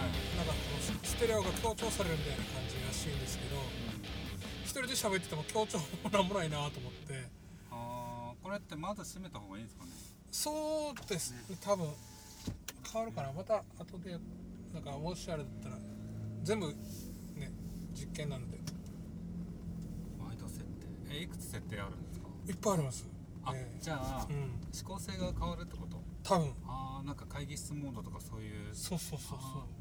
なんかこのステレオが強調されるみたいな感じらしいんですけど、一人で喋ってても強調もなんもないなと思って。 これって窓閉めた方がいいですかね。 そうですね、多分変わるかな。また後でなんかもしあれだったら全部ね実験なんで。 窓設定いくつ設定あるんですか。 いっぱいあります。 じゃあ、指向性が変わるってこと。 多分なんか会議室モードとかそういう。 そうなるほど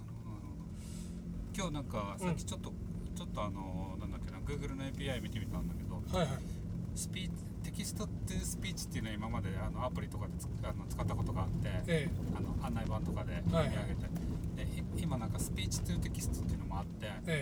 今日なんかさっきちょっとなんだっけな Google の API 見てみたんだけど、テキストってスピーチっていうのは今までアプリとかで使ったことがあって、案内板とかで読み上げて、で今なんかスピーチトゥテキストっていうのもあって、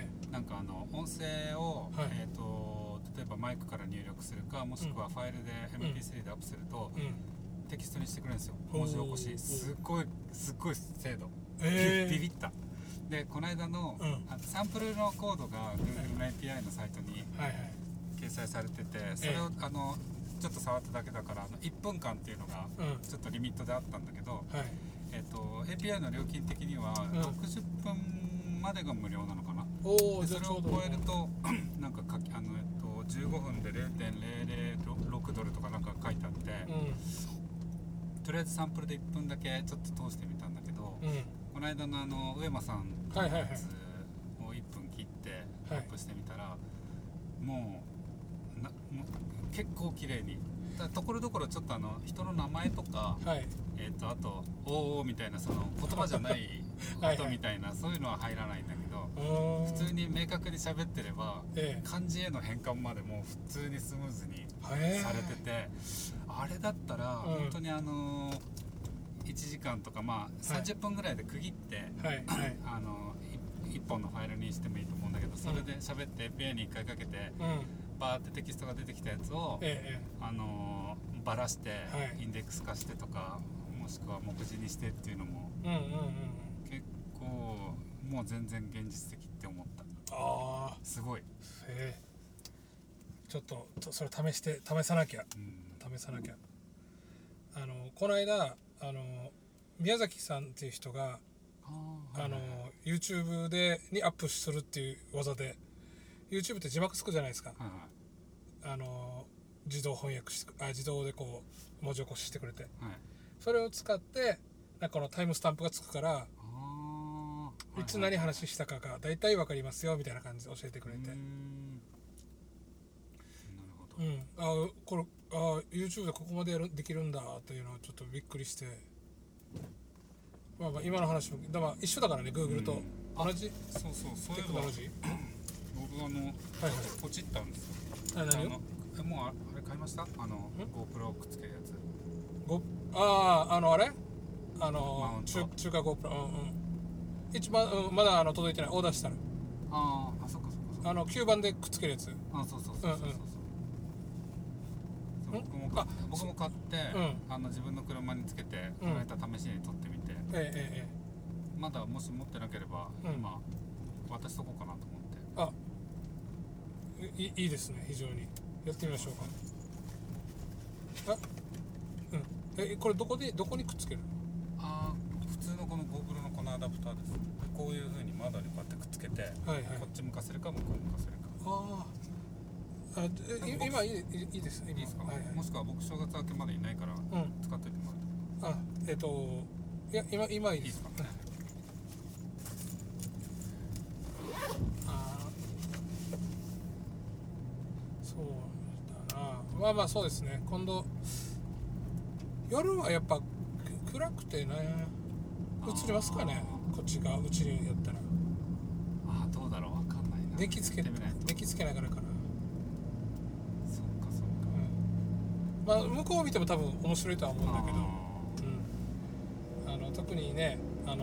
なんか音声を、例えばマイクから入力するかもしくはファイルで MP3 でアップすると、テキストにしてくれるんですよ。文字起こしすっごい精度、ビビった。でこの間の、サンプルのコードが Google の API のサイトに掲載されてて、それをちょっと触っただけだから1分間っていうのがちょっとリミットであったんだけど、API の料金的には60分までが無料なのかな。でそれを超えるとなんか15分で 0.006 ドルとかなんか書いてあって、とりあえずサンプルで1分だけちょっと通してみたんだけど、この間の上間さんのやつを1分切ってアップしてみたら、もう結構綺麗にところどころちょっと人の名前とか、あと「おー」みたいなその言葉じゃない音みたいなそういうのは入らないんだけど、普通に明確に喋ってれば、漢字への変換までも普通にスムーズにされてて、あれだったら本当に1時間とか30分ぐらいで区切って、1本のファイルにしてもいいと思うんだけど、それで喋って API に1回かけて、バーってテキストが出てきたやつを、ばらしてインデックス化してとか、もしくは目次にしてっていうのも、結構もう全然現実的って思った。すごい。 ちょっとそれ試さなきゃ。この間宮崎さんっていう人がYouTube にアップするっていう技で、 YouTube って字幕つくじゃないですか。自動翻訳自動でこう文字起こししてくれて、それを使ってなんかこのタイムスタンプがつくから、いつ何話したかがだいたい分かりますよみたいな感じで教えてくれて、なるほど。 これYouTube でここまでできるんだというのをちょっとびっくりして、今の話も一緒だからね、 Google と同じテクノロジー。 僕ポチったんですよ。 何を？ もうあれ買いました？GoPro くっつけるやつ。 あれ中華 GoPro、一番、まだ届いてない。オーダーしたらそっか吸盤でくっつけるやつ。 そう僕も買って、自分の車につけてこの間試しに撮ってみて、まだもし持ってなければ、今渡しとこうかなと思って。 いいですね、非常に。やってみましょうか。これどこにくっつける？ 普通のこの GoPro のこのアダプターです。こういう風に窓にこうやってくっつけて、こっち向かせるか向こう向かせるか。 今いいですね。 いいですか？もしくは僕正月明けまでいないから使っておいてもらって。 いや今いいですか？そうだな。そうですね。今度夜はやっぱ暗くてね、映りますかね、こっちがうちにやったら。 どうだろう、分かんないな。 電気つけながらかな。 そっか。 向こうを見ても多分面白いとは思うんだけど、特にね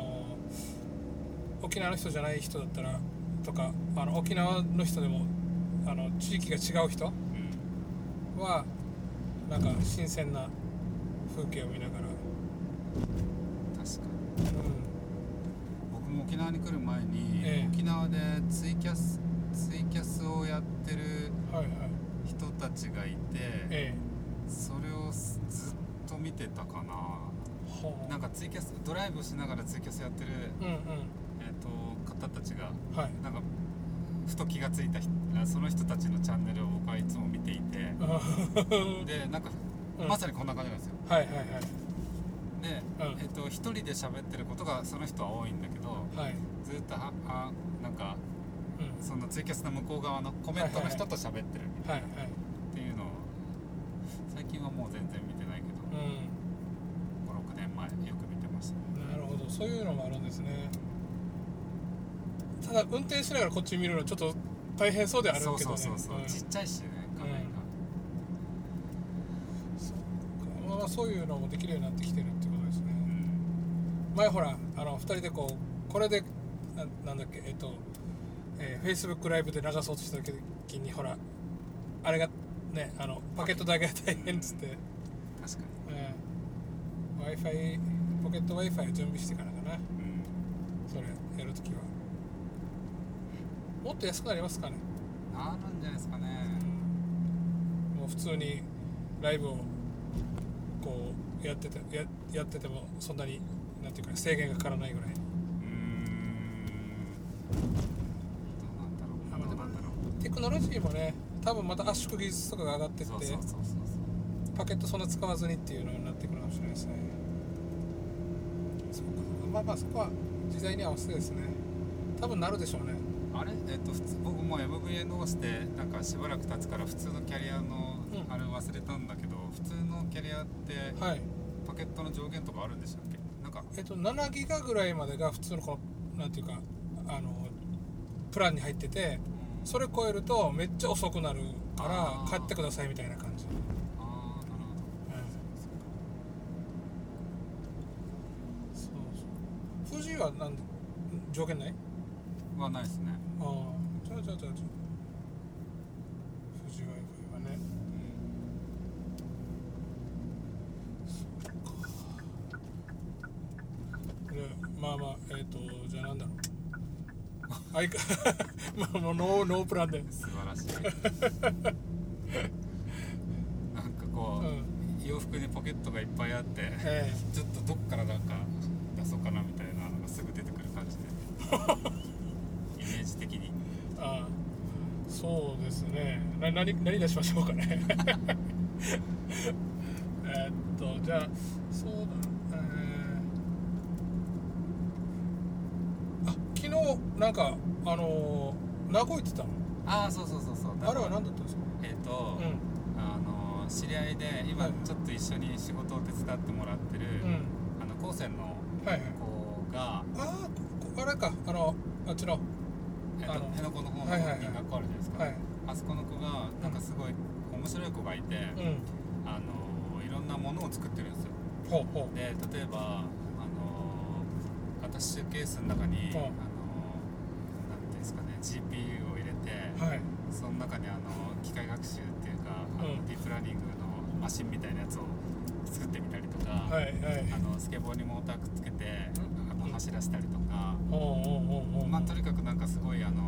沖縄の人じゃない人だったらとか、沖縄の人でも地域が違う人はなんか新鮮な風景を見ながら。 確かに。僕も沖縄に来る前に、沖縄でツイキャスをやってる人たちがいて、それをずっと見てたかな。なんかツイキャスドライブしながらツイキャスやってる、 方たちが、はい、なんかふと気がついたその人たちのチャンネルを僕はいつも見ていてでなんか、まさにこんな感じなんですよ。はいはいはい。で、一人で喋ってることがその人は多いんだけど、はい、ずっとなんか、そのツイキャスの向こう側のコメントの人と喋ってるみたいな、っていうのを最近はもう全然見てないけど、5、6年前よく見てました。 なるほど、そういうのもあるんですね。ただ運転しながらこっち見るのはちょっと大変そうであるけどね。そうちっちゃいしね、画面が。 まあそういうのもできるようになってきてるってことですね。前ほら2人でこれでなんだっけFacebook ライブで流そうとした時にほらあれがねパケット代が大変っつって、 確かに、Wi-Fi ポケット Wi-Fi を準備してからかな、それやるときはもっと安くなりますかね。 なるんじゃないですかね。 もう普通にライブをこうやっててもそんなになんていうか制限がかからないぐらい。テクノロジーもね、多分また圧縮技術とかが上がってってパケットそんな使わずにっていうのになってくるかもしれないですね。そうか、まあそこは時代に合わせてですね、多分なるでしょうね。 あれ普通僕も MVNO してなんかしばらく経つから普通のキャリアのあれ忘れたんだけど、普通のキャリアってパケットの上限とかあるんでしたっけ？なんか 7ギガぐらいまでが普通のこのなんていうかプランに入ってて、それ超えるとめっちゃ遅くなるから買ってくださいみたいな感じ。 なるほど。 富士はなんで上限ない？ はないですね。 じゃあ富士 Wi-Fi はね、まあじゃあなんだろうまあもうノープランで素晴らしいなんかこう、洋服にポケットがいっぱいあって、ちょっとどっからなんか出そうかなみたいなのがすぐ出てくる感じでイメージ的に。 そうですね。何出しましょうかねじゃあそうだ昨日なんか名古屋行ってたの？ そうあれは何だったんですか？ 知り合いで今ちょっと一緒に仕事を手伝ってもらってる、高専の子が、 あれかあっちの辺野古の方の学校あるじゃないですか、あそこの子がなんかすごい面白い子がいて、いろんなものを作ってるんですよ。で例えばアタッシュケースの中になんていうんですかね、 GPU を入れて、その中に機械学習っていうかディープラーニングのマシンみたいなやつを作ってみたりとか、スケボーにモーターくっつけて走らせたりとか、まあとにかくなんかすごい面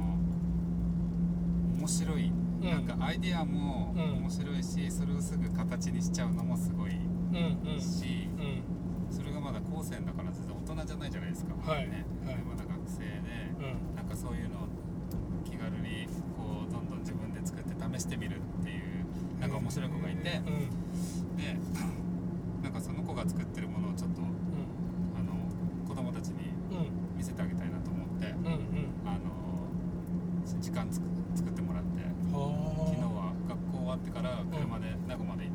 白い、なんかアイデアも面白いし、それをすぐ形にしちゃうのもすごいし、それがまだ高専だから全然大人じゃないじゃないですか、まだ学生で、なんかそういうのを気軽にこうどんどん自分で作って試してみるっていうなんか面白い子がいて、でなんかその子が作ってるものをちょっと、子供たちに見せてあげたいなと思って、時間作ってもらって、昨日は学校終わってから車で名護まで行って、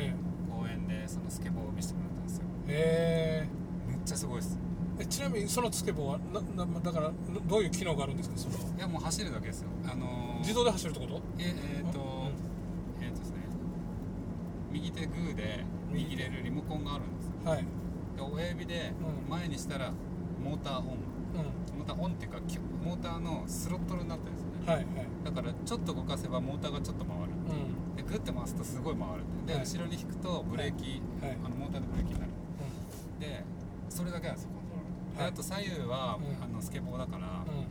公園でそのスケボーを見せてもらったんですよ。めっちゃすごいです。 ちなみにそのスケボーはだからどういう機能があるんですか？そのいやもう走るだけですよ。 自動で走るってこと？ ですね、右手グーで握れるリモコンがあるんですよ。で親指で前にしたらモーターオン、モーターオンっていうかモーターのスロットルになってるんですよね。だからちょっと動かせばモーターがちょっと回る、でグッて回すとすごい回る、で後ろに引くとブレーキ、モーターでブレーキになる、でそれだけなんですよ、コントロール。であと左右は、スケボーだから、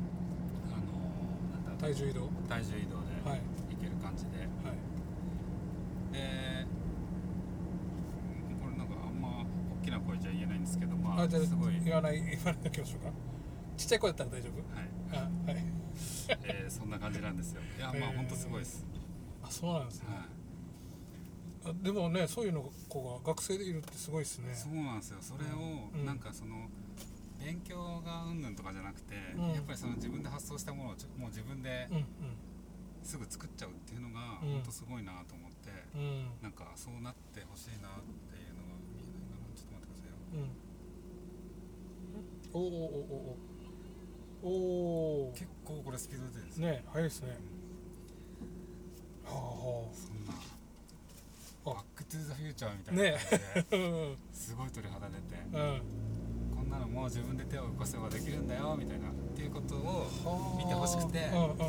体重移動でいける感じで、でこれなんかあんま大きな声じゃ言えないんですけど、すごい言わないでおきましょうか。ちっちゃい声だったら大丈夫？ そんな感じなんですよ。いやまあ本当すごいです。 あ、そうなんですね。でもね、そういうの子が学生でいるってすごいですね。 そうなんですよ。それをなんかその勉強がうんぬんとかじゃなくて、やっぱりその自分で発想したものをもう自分ですぐ作っちゃうっていうのが本当すごいなと思って、なんかそうなってほしいなっていうのが見えないかな。ちょっと待ってくださいよ。おお結構これスピード出てるんですね。速いですね。 そんなバックトゥーザフューチャーみたいな感じですごい鳥肌出て、こんなのもう自分で手を動かせばできるんだよみたいなっていうことを見てほしくて、で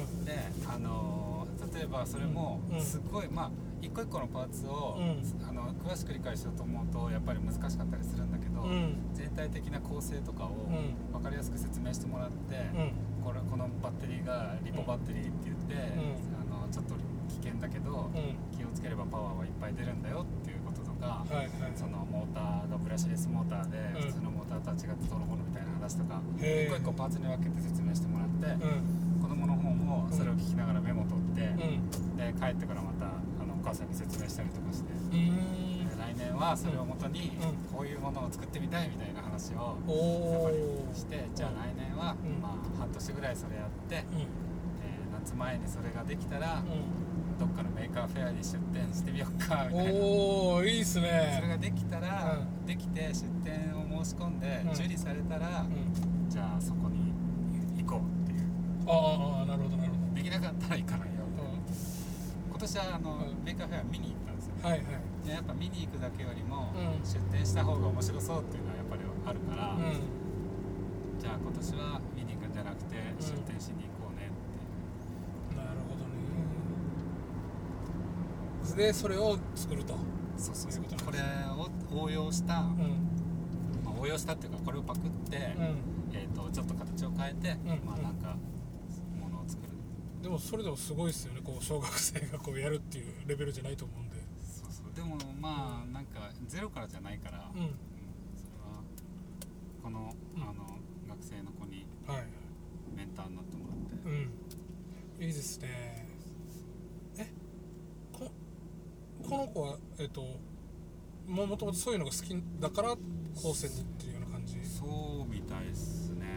例えばそれもすごいまあ一個一個のパーツを詳しく理解しようと思うとやっぱり難しかったりするんだけど、全体的な構成とかを分かりやすく説明してもらって、このバッテリーがリポバッテリーって言って、ちょっと危険だけど、気をつければパワーはいっぱい出るんだよっていうこととか、そのモーターがブラシレスモーターで普通のモーターとは違ってどうのこうのみたいな話とか、一個一個パーツに分けて説明してもらって、子供の方もそれを聞きながらメモ取って、で帰ってからまたお母さんに説明したりとかして、来年はそれをもとにこういうものを作ってみたいみたいな話をやっぱりして、じゃあ来年はまあ半年ぐらいそれやって、夏前にそれができたら、どっかのメーカーフェアに出店してみようかみたいな。 おー、いいっすね。 それができたら、できて出店を申し込んで、受理されたら、じゃあそこに行こうっていう。 なるほどなるほど。 できなかったら行かないよ。今年はメーカーフェア見に行ったんですよ。でやっぱ見に行くだけよりも、出店した方が面白そうっていうのはやっぱりあるから、じゃあ今年は見に行くんじゃなくて、出店しに行こうねっていう。 なるほどね。でそれを作ると。 そういうこと。これを応用した、応用したっていうかこれをパクって、ちょっと形を変えて、まあなんかものを作る。 でもそれでもすごいですよね。こう小学生がこうやるっていうレベルじゃないと思うんで。 そうでもまあなんかゼロからじゃないから、それはこの学生の子にメンターになってもらって、 いいですね。この子はもともとそういうのが好きだから高専にっていうような感じ。 そうみたいですね。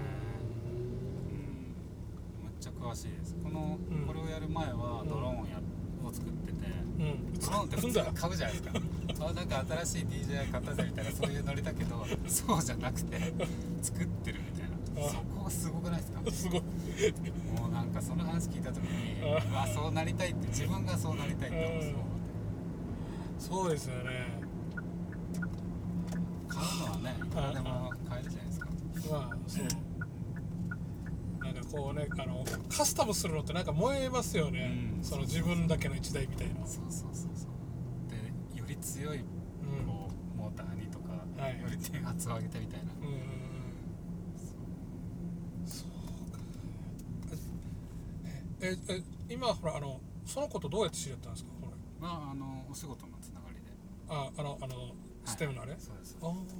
めっちゃ詳しいです。これをやる前はドローンを作ってて、ドローンって普通買うじゃないですか。なんか新しい DJI 買ったぜみたいなそういうノリだけど、そうじゃなくて作ってるみたいな。そこがすごくないですか？ すごい。 もうなんかその話聞いた時に、そうなりたいって自分がそうなりたいって思って。 そうですよね。 買うのはね、いくらでも買えるじゃないですか。 まあそうなんかこうね、カスタムするのってなんか燃えますよね。その自分だけの一台みたいな。 そうでより強いこうモーターにとか、より電圧を上げてみたいな。そうか。 今ほらその子とどうやって知り合ったんですか？ お仕事のつながりで。 ステムのあれ？ そうです。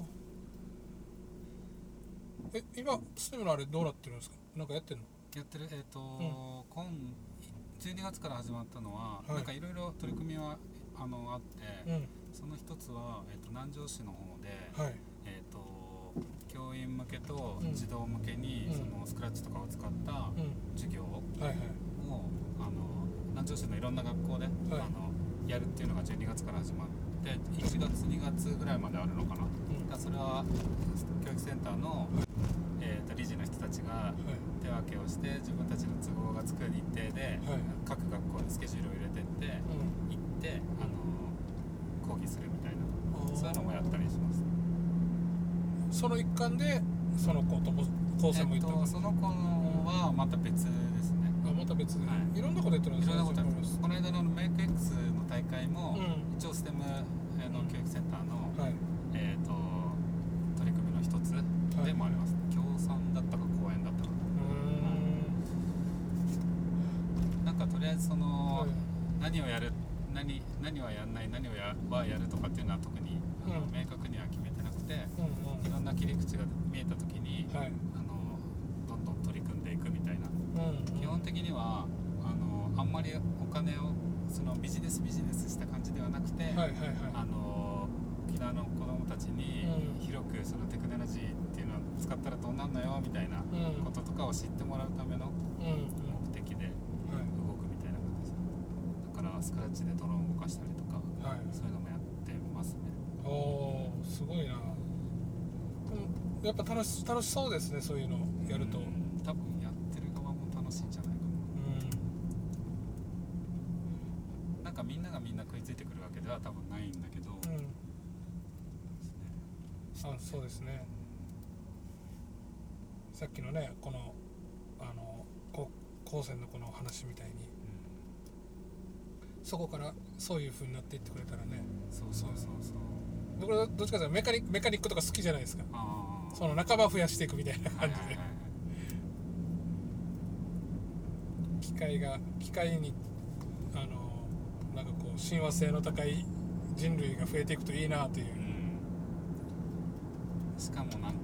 今ステムのあれどうなってるんですか？なんかやってるの？ やってる。12月から始まったのは、なんかいろいろ取り組みはあって、その一つは南城市の方で、教員向けと児童向けにそのスクラッチとかを使った授業を南城市のいろんな学校でやるっていうのが12月から始まって1月2月ぐらいまであるのかな。それは教育センターの理事の人たちが手分けをして自分たちの都合がつく日程で各学校にスケジュールを入れてって行って講義するみたいな、そういうのもやったりします。 その一環でその子と高専も行った、 その子はまた別ですね。 また別で、いろんなことやってるんですか？ いろんなことやってます。この間のメイク X の大会も、一応ステムの教育センターの、取り組みの一つでもあります。協賛だったか講演だったか。なんかとりあえずその、何をやる、何はやんない、何をやるとかっていうのは特に明確には決めてなくて、いろんな切り口が見えた時に、どんどん取り組んでいくみたいな。基本的にはあんまりお金をそのビジネスした感じではなくて、はいはいはい、沖縄の子どもたちに広くそのテクノロジーっていうのを使ったらどうなんのよみたいなこととかを知ってもらうための目的で動くみたいな感じです。だからスクラッチでドローン動かしたりとか、はい、そういうのもやってますね。 おー、すごいな。やっぱ楽しそうですね、そういうのやると。 多分やってる側も楽しいんじゃないかな。なんかみんなが食いついてくるわけでは多分ないんだけど、 あ、そうですね。さっきのね、この高専のこの話みたいに、そこからそういう風になっていってくれたらね。 そう僕はどっちかというとメカニックとか好きじゃないですか。その仲間増やしていくみたいな感じで、機械になんかこう親和性の高い人類が増えていくといいなという、 しかもなんか、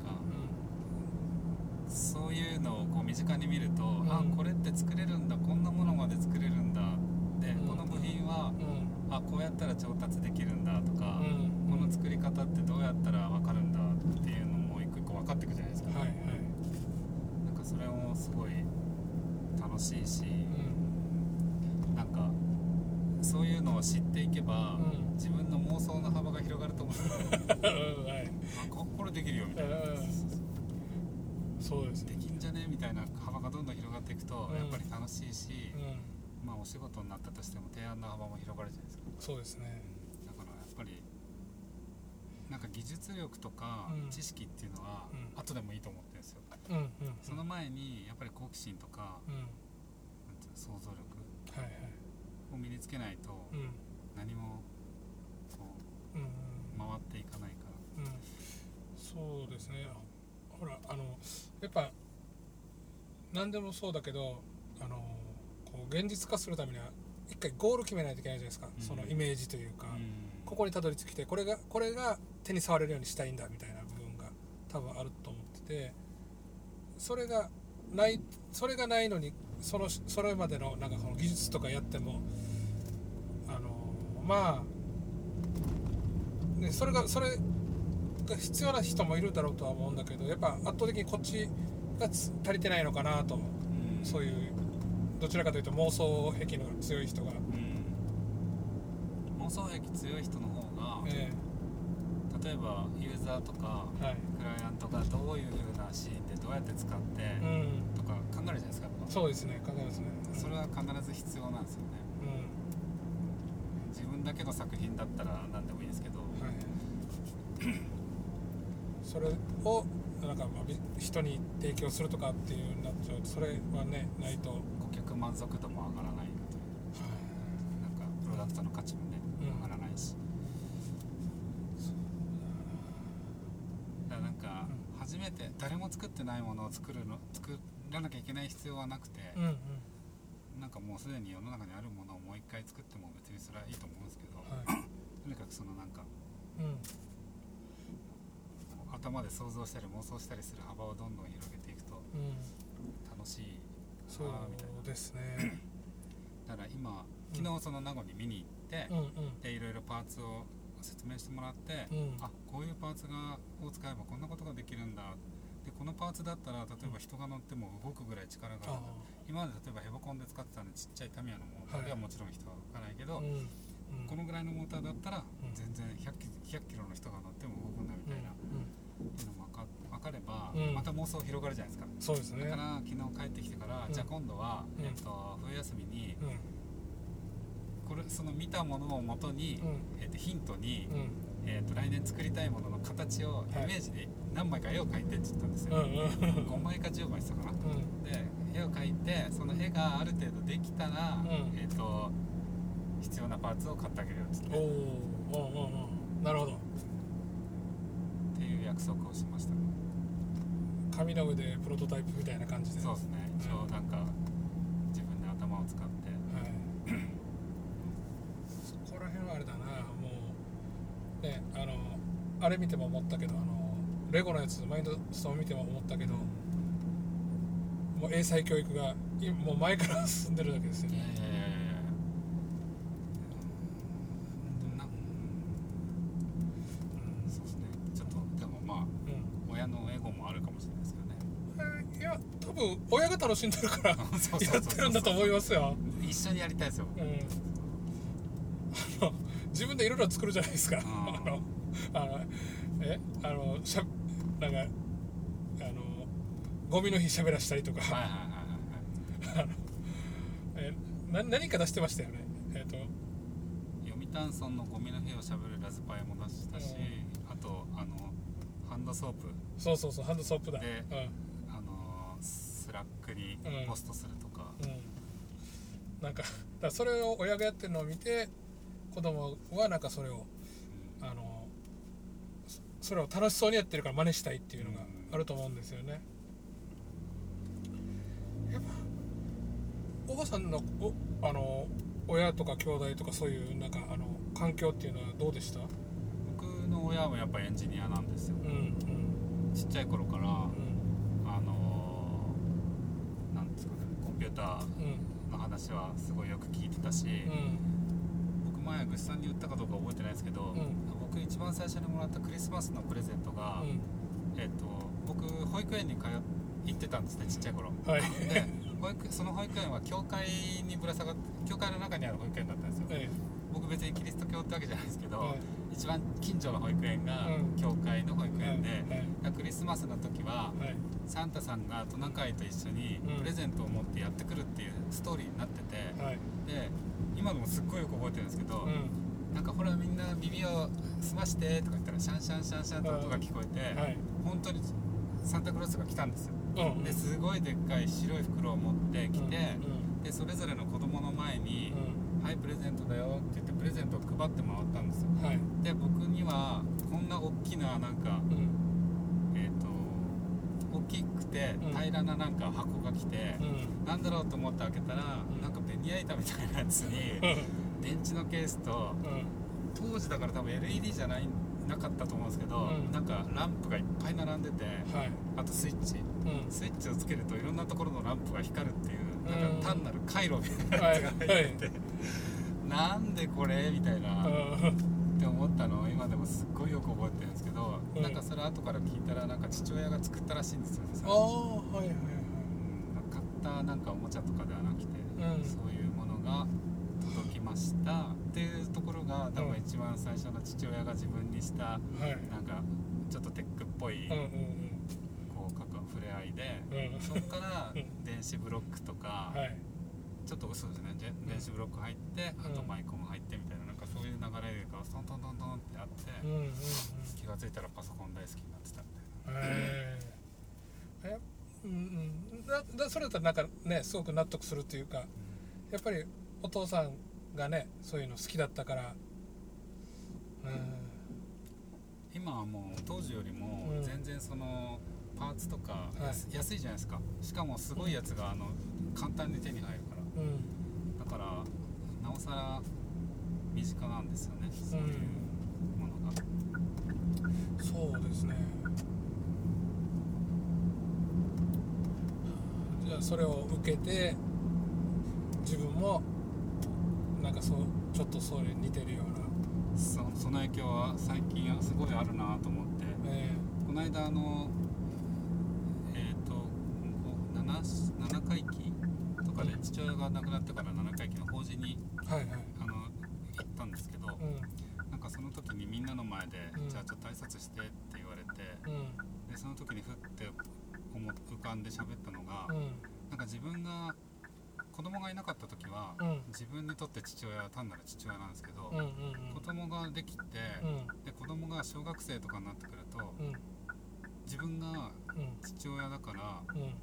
そういうのをこう身近に見ると、あ、これって作れるんだ、こんなものまで作れるんだで、この部品は、あ、こうやったら調達できるんだとか、この作り方ってどうやったら分かるんだっていうのも一個一個分かっていくじゃないですか。はいはい、なんかそれもすごい楽しいし、なんかそういうのを知っていけば、自分の妄想の幅が広がると思うんですよ、はい、あ、これできるよみたいな、 そうです、 できんじゃねみたいな幅がどんどん広がっていくと、やっぱり楽しいし、まあお仕事になったとしても提案の幅も広がるじゃないですか。 そうですね。 だからやっぱりなんか技術力とか知識っていうのは後でもいいと思ってるんですよ。その前にやっぱり好奇心とか、想像力を身につけないと何もこう回っていかないから、 そうですね。ほらやっぱ何でもそうだけどこう現実化するためには一回ゴール決めないといけないじゃないですか、そのイメージというか、ここにたどり着きてこれが手に触れるようにしたいんだみたいな部分が多分あると思ってて、それがないのにそれまでのなんかこの技術とかやってもまあ、ね、それが必要な人もいるだろうとは思うんだけど、やっぱ圧倒的にこっちが足りてないのかなと、そういうどちらかというと妄想癖の強い人が、 妄想癖強い人の方が、例えばユーザーとか、クライアントがどういう風なシーンでどうやって使って、とか考えるじゃないですか。 そうですね、考えますね。 それは必ず必要なんですよね。自分だけの作品だったら何でもいいですけど、 それをなんか人に提供するとかっていうなっちゃうと、それはねないと顧客満足度も上がらないので、なんかプロダクトの価値もね、上がらないし、だからなんか、初めて誰も作ってないものを作らなきゃいけない必要はなくて、なんかもうすでに世の中にあるものをもう一回作っても別にそれはいいと思うんですけど、とにかくそのなんか、頭で想像したり妄想したりする幅をどんどん広げていくと楽しいかなみたいな。 そうですね。 だから今昨日その名護に見に行って、でいろいろパーツを説明してもらって、あ、こういうパーツを使えばこんなことができるんだ、でこのパーツだったら例えば人が乗っても動くぐらい力があるんだ、今まで例えばヘボコンで使ってたのでちっちゃいタミヤのモーターではもちろん人は動かないけど、このぐらいのモーターだったら全然100キロの人が乗っても動くんだみたいな、っていうのも分かれば、また妄想広がるじゃないですか。 そうですね。 だから昨日帰ってきてから、じゃあ今度は、冬休みに、その見たものをもとに、ヒントに、来年作りたいものの形をイメージで何枚か絵を描いてって言ったんですよ。5枚か10枚したかな。で絵を描いて、その絵がある程度できたら、必要なパーツを買ってあげるよって言って。 なるほど。 っていう約束をしました。 紙の上でプロトタイプみたいな感じで。 そうですね。一応なんか自分で頭を使って。 そこら辺はあれだな、もうね、あれ見ても思ったけど、レゴのやつマインドストーン見ても思ったけど、 もう英才教育がもう前から進んでるわけですよね。 そうですね。ちょっとでもまあ、親のエゴもあるかもしれないですけどね。 いや多分親が楽しんでるからやってるんだと思いますよ。 一緒にやりたいですよ。 自分でいろいろ作るじゃないですか。なんかゴミの日喋らしたりとか、何か出してましたよね。 読谷村のゴミの日を喋るラズパイも出したし、あとハンドソープ、 そうハンドソープだで、スラックにポストするとか、 なんかそれを親がやってるのを見て子供はなんかそれを楽しそうにやってるから真似したいっていうのがあると思うんですよね。やっぱおばさんの親とか兄弟とかそういうなんか環境っていうのはどうでした？ 僕の親はやっぱエンジニアなんですよ。ちっちゃい頃から、なんですかね、コンピューターの話はすごいよく聞いてたし、僕前ぐっさんに言ったかどうか覚えてないですけど、僕一番最初にもらったクリスマスのプレゼントが、僕保育園に行ってたんですね、ちっちゃい頃。でその保育園は教会にぶら下がって教会の中にある保育園だったんですよ。僕別にキリスト教ってわけじゃないですけど、一番近所の保育園が教会の保育園で、クリスマスの時は、サンタさんがトナカイと一緒にプレゼントを持ってやってくるっていうストーリーになってて、で今でもすっごいよく覚えてるんですけど、なんかほらみんな耳を澄ましてとか言ったらシャンシャンシャンシャンと音が聞こえて、本当にサンタクロースが来たんですよ。ですごいでっかい白い袋を持ってきて、でそれぞれの子供の前に、はいプレゼントだよって言ってプレゼントを配ってもらったんですよ。で僕にはこんな大きななんか、大きくて平らななんか箱が来て、なんだろうと思って開けたら、なんかベニヤ板みたいなやつに、電池のケースと、当時だから多分 LED じゃなかったと思うんですけど、なんかランプがいっぱい並んでて、あとスイッチをつけるといろんなところのランプが光るっていう、なんか単なる回路みたいなやつが入ってて、なんでこれみたいなって思ったのを今でもすっごいよく覚えてるんですけど、なんかそれ後から聞いたらなんか父親が作ったらしいんですよね。買ったなんかおもちゃとかではなくて、そういうものが届きましたっていうところが多分一番最初の父親が自分にした、なんかちょっとテックっぽい、こう触れ合いで、そこから電子ブロックとか、ちょっと嘘ですね、電子ブロック入って、あとマイコン入ってみたいな、なんかそういう流れがトントントントンってあって、気がついたらパソコン大好きになってたみたいな。 それだったらなんかねすごく納得するっていうか、やっぱりお父さんがねそういうの好きだったから、 今はもう当時よりも全然そのパーツとか安いじゃないですか。しかもすごいやつが簡単に手に入るから、だからなおさら身近なんですよね、そういうものが。 そうですね。じゃあそれを受けて自分もなんかちょっとそれに似てるようなその影響は最近はすごいあるなと思って、この間7回忌とかで父親が亡くなってから7回忌の法事に、行ったんですけど、なんかその時にみんなの前で、じゃあちょっと挨拶してって言われて、でその時にふって浮かんで喋ったのが、なんか自分が子供がいなかった時は、自分にとって父親は単なる父親なんですけど、子供ができて、で子供が小学生とかになってくると、自分が父親だから、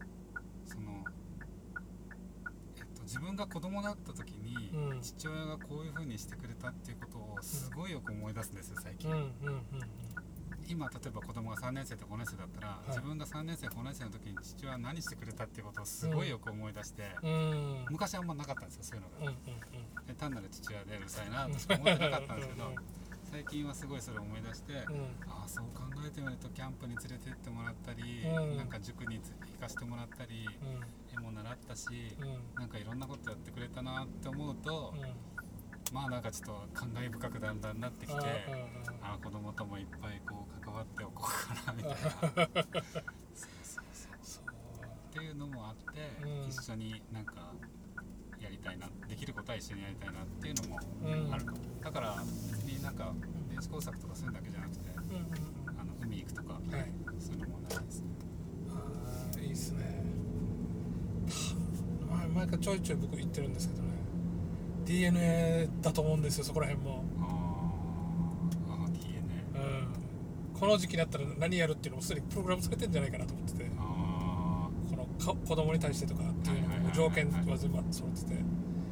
自分が子供だった時に、父親がこういう風にしてくれたっていうことをすごいよく思い出すんですよ最近。今例えば子供が3年生と5年生だったら、自分が3年生5年生の時に父親は何してくれたっていうことをすごいよく思い出して、昔あんまなかったんですよそういうのが。で単なる父親でうるさいなとしか思ってなかったんですけど、最近はすごいそれを思い出して、そう考えてみるとキャンプに連れてってもらったり、なんか塾に行かせてもらったり、 ったし、なんかいろんなことやってくれたなって思うと、まあなんかちょっと感慨深くだんだんなってきて、子供ともいっぱいこう関わっておこうかなみたいなそうっていうのもあって、一緒になんかやりたいな、できることは一緒にやりたいなっていうのもあるかも、だから別になんか電子工作とかするだけじゃなくて、海行くとか、そういうのもないですね。 いいっすね。前からちょいちょい僕言ってるんですけどね、 DNA だと思うんですよ、そこら辺も。 DNA、 この時期になったら何やるっていうのもすでにプログラムされてるんじゃないかなと思ってて、この子供に対してとかっていうのも条件は全部揃ってて、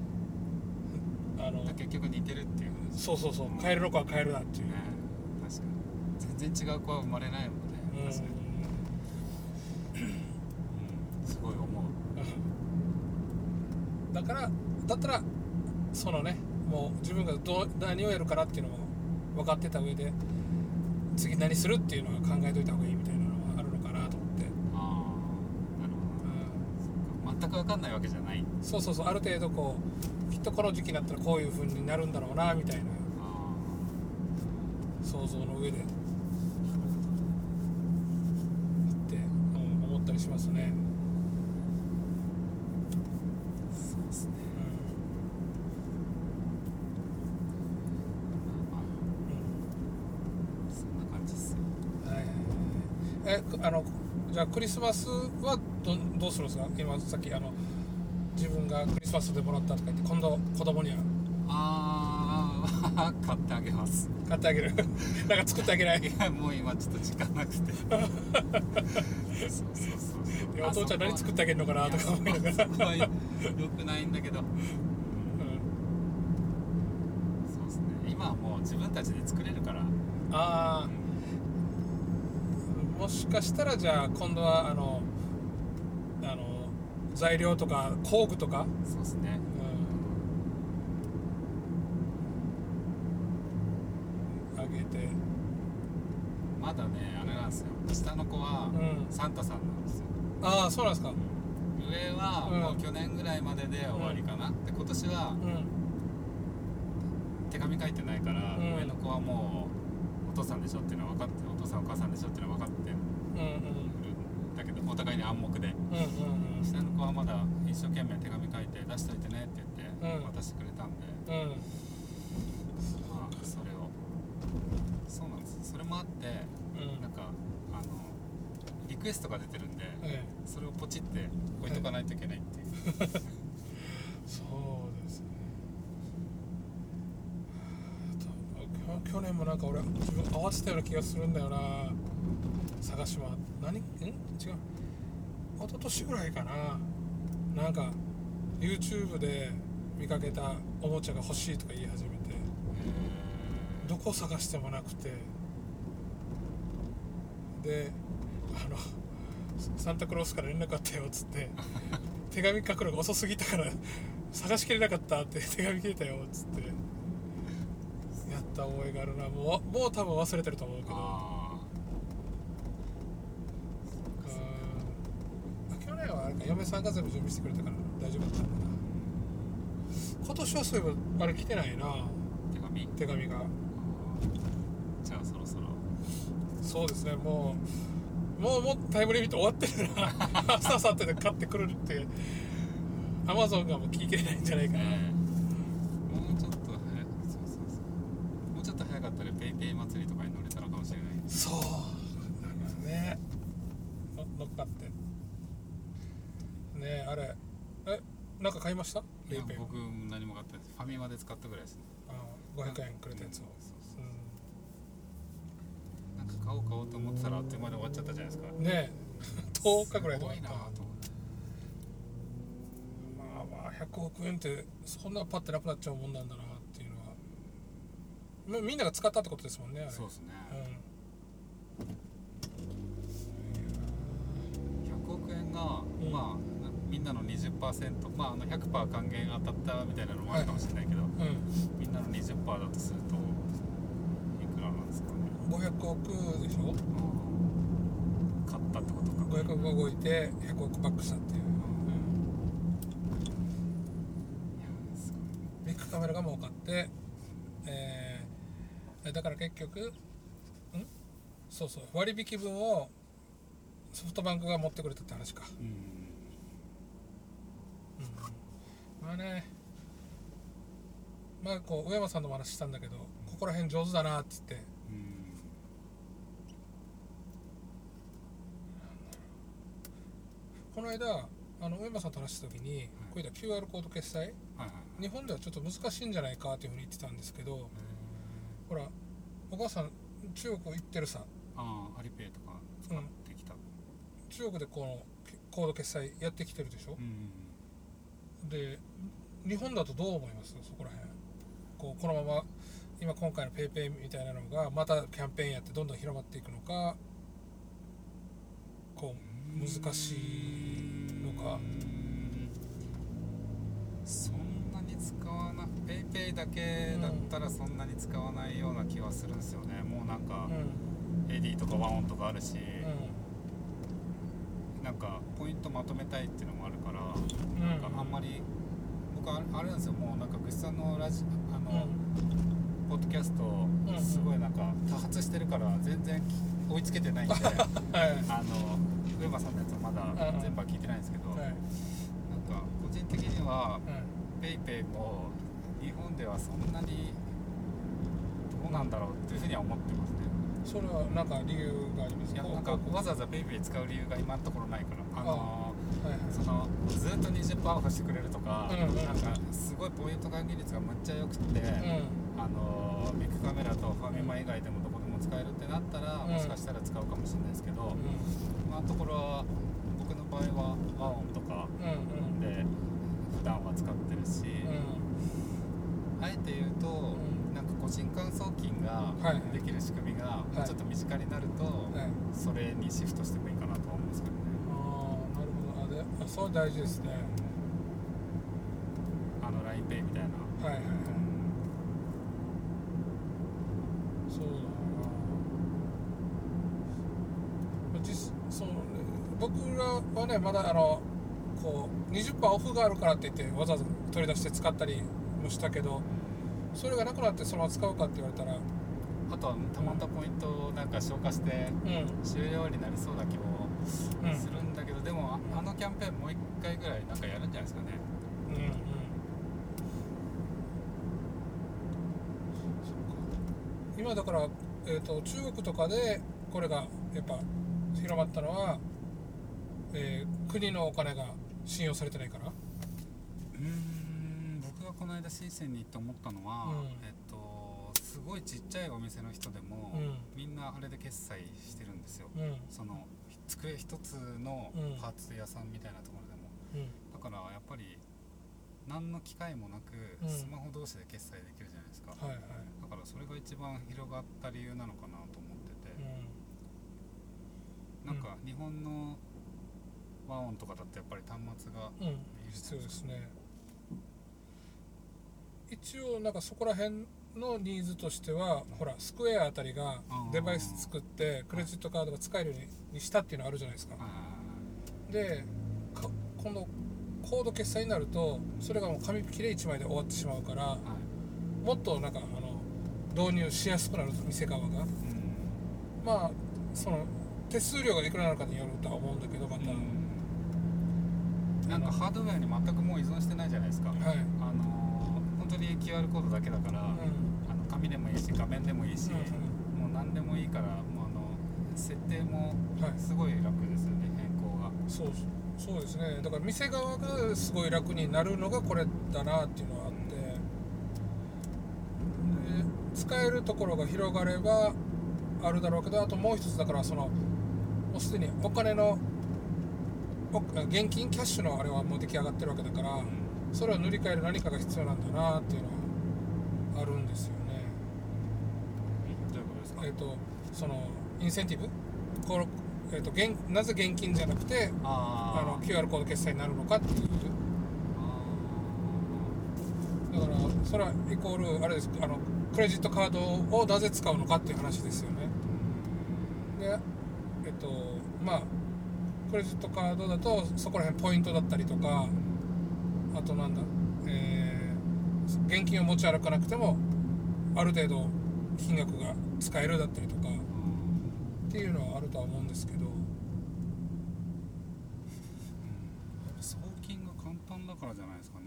結局似てるっていう、 そう変えるの子は変えるなっていう、 確かに全然違う子は生まれないもんね、確かに、すごい思う。 だったらそのね、もう自分が何をやるかなっていうのも分かってた上で、次何するっていうのは考えといた方がいいみたいなのはあるのかなと思って。 なるほど、全く分かんないわけじゃない。 そうある程度こうきっとこの時期になったらこういう風になるんだろうなみたいな想像の上でって思ったりしますね。 そうですね、そんな感じっすよ。 じゃあクリスマスはどうするんですか？今さっき自分がクリスマスでもらったとか言って、今度子供には買ってあげます。 買ってあげるなんか作ってあげない？ いや、もう今ちょっと時間なくてそういや、お父ちゃん何作ってあげるのかなとか思いながらよくないんだけど、そうですね、今はもう自分たちで作れるから。 もしかしたらじゃあ今度は材料とか工具とか、 そうですね、 あげて、 まだねあれなんですよ、下の子はサンタさんなんですよ。 そうなんですか。 上はもう去年ぐらいまでで終わりかな、で今年は手紙書いてないから、上の子はもうお父さんでしょっていうのは分かって、お父さんお母さんでしょっていうのは分かってるんだけど、お互いに暗黙で、下の子はまだ一生懸命手紙書いて出しといてねって言って渡してくれたんで、それを、そうなんです、それもあって、なんかリクエストが出てるんで、それをポチって置いとかないといけないっていうそうですね。去年もなんか俺自分合わせたような気がするんだよな、探し回って。違う、一昨年ぐらいかな、なんか YouTube で見かけたおもちゃが欲しいとか言い始めて、どこ探してもなくて、でサンタクロースから連絡あったよっつって手紙書くのが遅すぎたから探しきれなかったって、手紙切れたよっつってやった覚えがあるな。もう多分忘れてると思うけど、去年はあれか、嫁さんが全部準備してくれたから大丈夫だったんだな。今年はそういえばあれ来てないな、手紙が。 じゃあそろそろ。 そうですね、もうタイムリミット終わってるな明日明後日で買ってくるってアマゾンがもう聞ききれないんじゃないかな、 もうちょっと早く、もうちょっと早かったらペイペイ祭りとかに乗れたのかもしれない。 そうなんかね、乗っかってね。あれなんか買いました？ いや、僕何も買ってないです。ファミマで使ったぐらいですね。 500円くれたやつを、 なんか買おうと思ってたらあっという間に終わっちゃったじゃないですかね。10日ぐらいで終わった。 すごいなと思って。 まあ100億円ってそんなパッてなくなっちゃうもんなんだなっていうのは、みんなが使ったってことですもんね、あれ。 そうですね、100億円が、まあみんなの 20%、まあ100% 還元当たったみたいなのもあるかもしれないけど、みんなの 20% だとするといくらなんですかね。 500億でしょ、 買ったってことか。 500億動いて100億バックしたっていう、 カメラが儲かって、だから結局そう割引分をソフトバンクが持ってくれたって話か。まあね、まあこう上山さんの話したんだけど、ここら辺上手だなって言って、この間上山さんと話した時に、こういった QR コード決済、日本ではちょっと難しいんじゃないかというふうに言ってたんですけど、ほらお母さん中国行ってるさ、 アリペイとか使ってきた、 中国でこのコード決済やってきてるでしょ、で日本だとどう思います？そこら辺このまま今回の PayPay みたいなのがまたキャンペーンやってどんどん広まっていくのか、こう難しいのか。 そんなに使わない、PayPay だけだったらそんなに使わないような気はするんですよね。もうなんか、AD とかワンオンとかあるし、なんかポイントまとめたいっていうのもあるから、なんかあんまり僕あれなんですよ。もうなんかグッさんのポッドキャストすごいなんか多発してるから全然追いつけてないんで、上間さんのやつはまだ全部は聞いてないんですけど、なんか個人的には PayPay も日本ではそんなにどうなんだろうっていうふうには思ってますね。 それはなんか理由がありますか？ いや、なんかわざわざ PayPay 使う理由が今のところないから、そのずっと 20% オフしてくれるとか、なんかすごいポイント還元率がむっちゃ良くて、ビッグカメラとファミマ以外でもどこでも使えるってなったら、もしかしたら使うかもしれないですけど、今のところは僕の場合はワンオンとかで普段は使ってるし、あえて言うと、なんか個人間送金ができる仕組みがちょっと身近になると、それにシフトしてもいいかなと思うんですけどね。 なるほど。そう大事ですね。 LINEPay みたいな。 そうだな。僕らはね、まだこう 20% オフがあるからって言ってわざわざ取り出して使ったりもしたけど、それがなくなってそのまま使うかって言われたら、 あとはたまったポイントをなんか消化して終了になりそうな気もするんだけど、でもキャンペーンもう1回ぐらいなんかやるんじゃないですかね。 今だから、中国とかでこれがやっぱ広まったのは、国のお金が信用されてないから。 僕がこの間深センに行って思ったのは、すごいちっちゃいお店の人でも、みんなあれで決済してるんですよ。その机一つのパーツ屋さんみたいなところでも、だからやっぱり何の機械もなくスマホ同士で決済できるじゃないですか。だからそれが一番広がった理由なのかなと思ってて、なんか日本のワンオンとかだってやっぱり端末が必要ですね。一応なんかそこら辺のニーズとしては、ほらスクエアあたりがデバイス作ってクレジットカードが使えるようにしたっていうのあるじゃないですか。で今度コード決済になるとそれがもう紙切れ1枚で終わってしまうから、もっとなんか導入しやすくなると、店側が、まあその手数料がいくらなのかによるとは思うんだけど、また、 なんかハードウェアに全くもう依存してないじゃないですか。本当に QR コードだけだから、紙でもいいし画面でもいいし、もう何でもいいから、もう設定もすごい楽ですよね、変更が。 そうですね。だから店側がすごい楽になるのがこれだなっていうのはあって、で使えるところが広がればあるだろうけど、あともう一つだから、もうすでにお金の現金キャッシュのあれはもう出来上がってるわけだから、それを塗り替える何かが必要なんだなっていうのはあるんですよね。 どういうことですか？ そのインセンティブ、なぜ現金じゃなくてQR コード決済になるのかっていう。だからそれはイコールあれです。クレジットカードをなぜ使うのかっていう話ですよね。でまあクレジットカードだとそこら辺ポイントだったりとか、あとなんだ、 現金を持ち歩かなくてもある程度金額が使えるだったりとか、っていうのはあるとは思うんですけど、 送金が簡単だからじゃないですかね。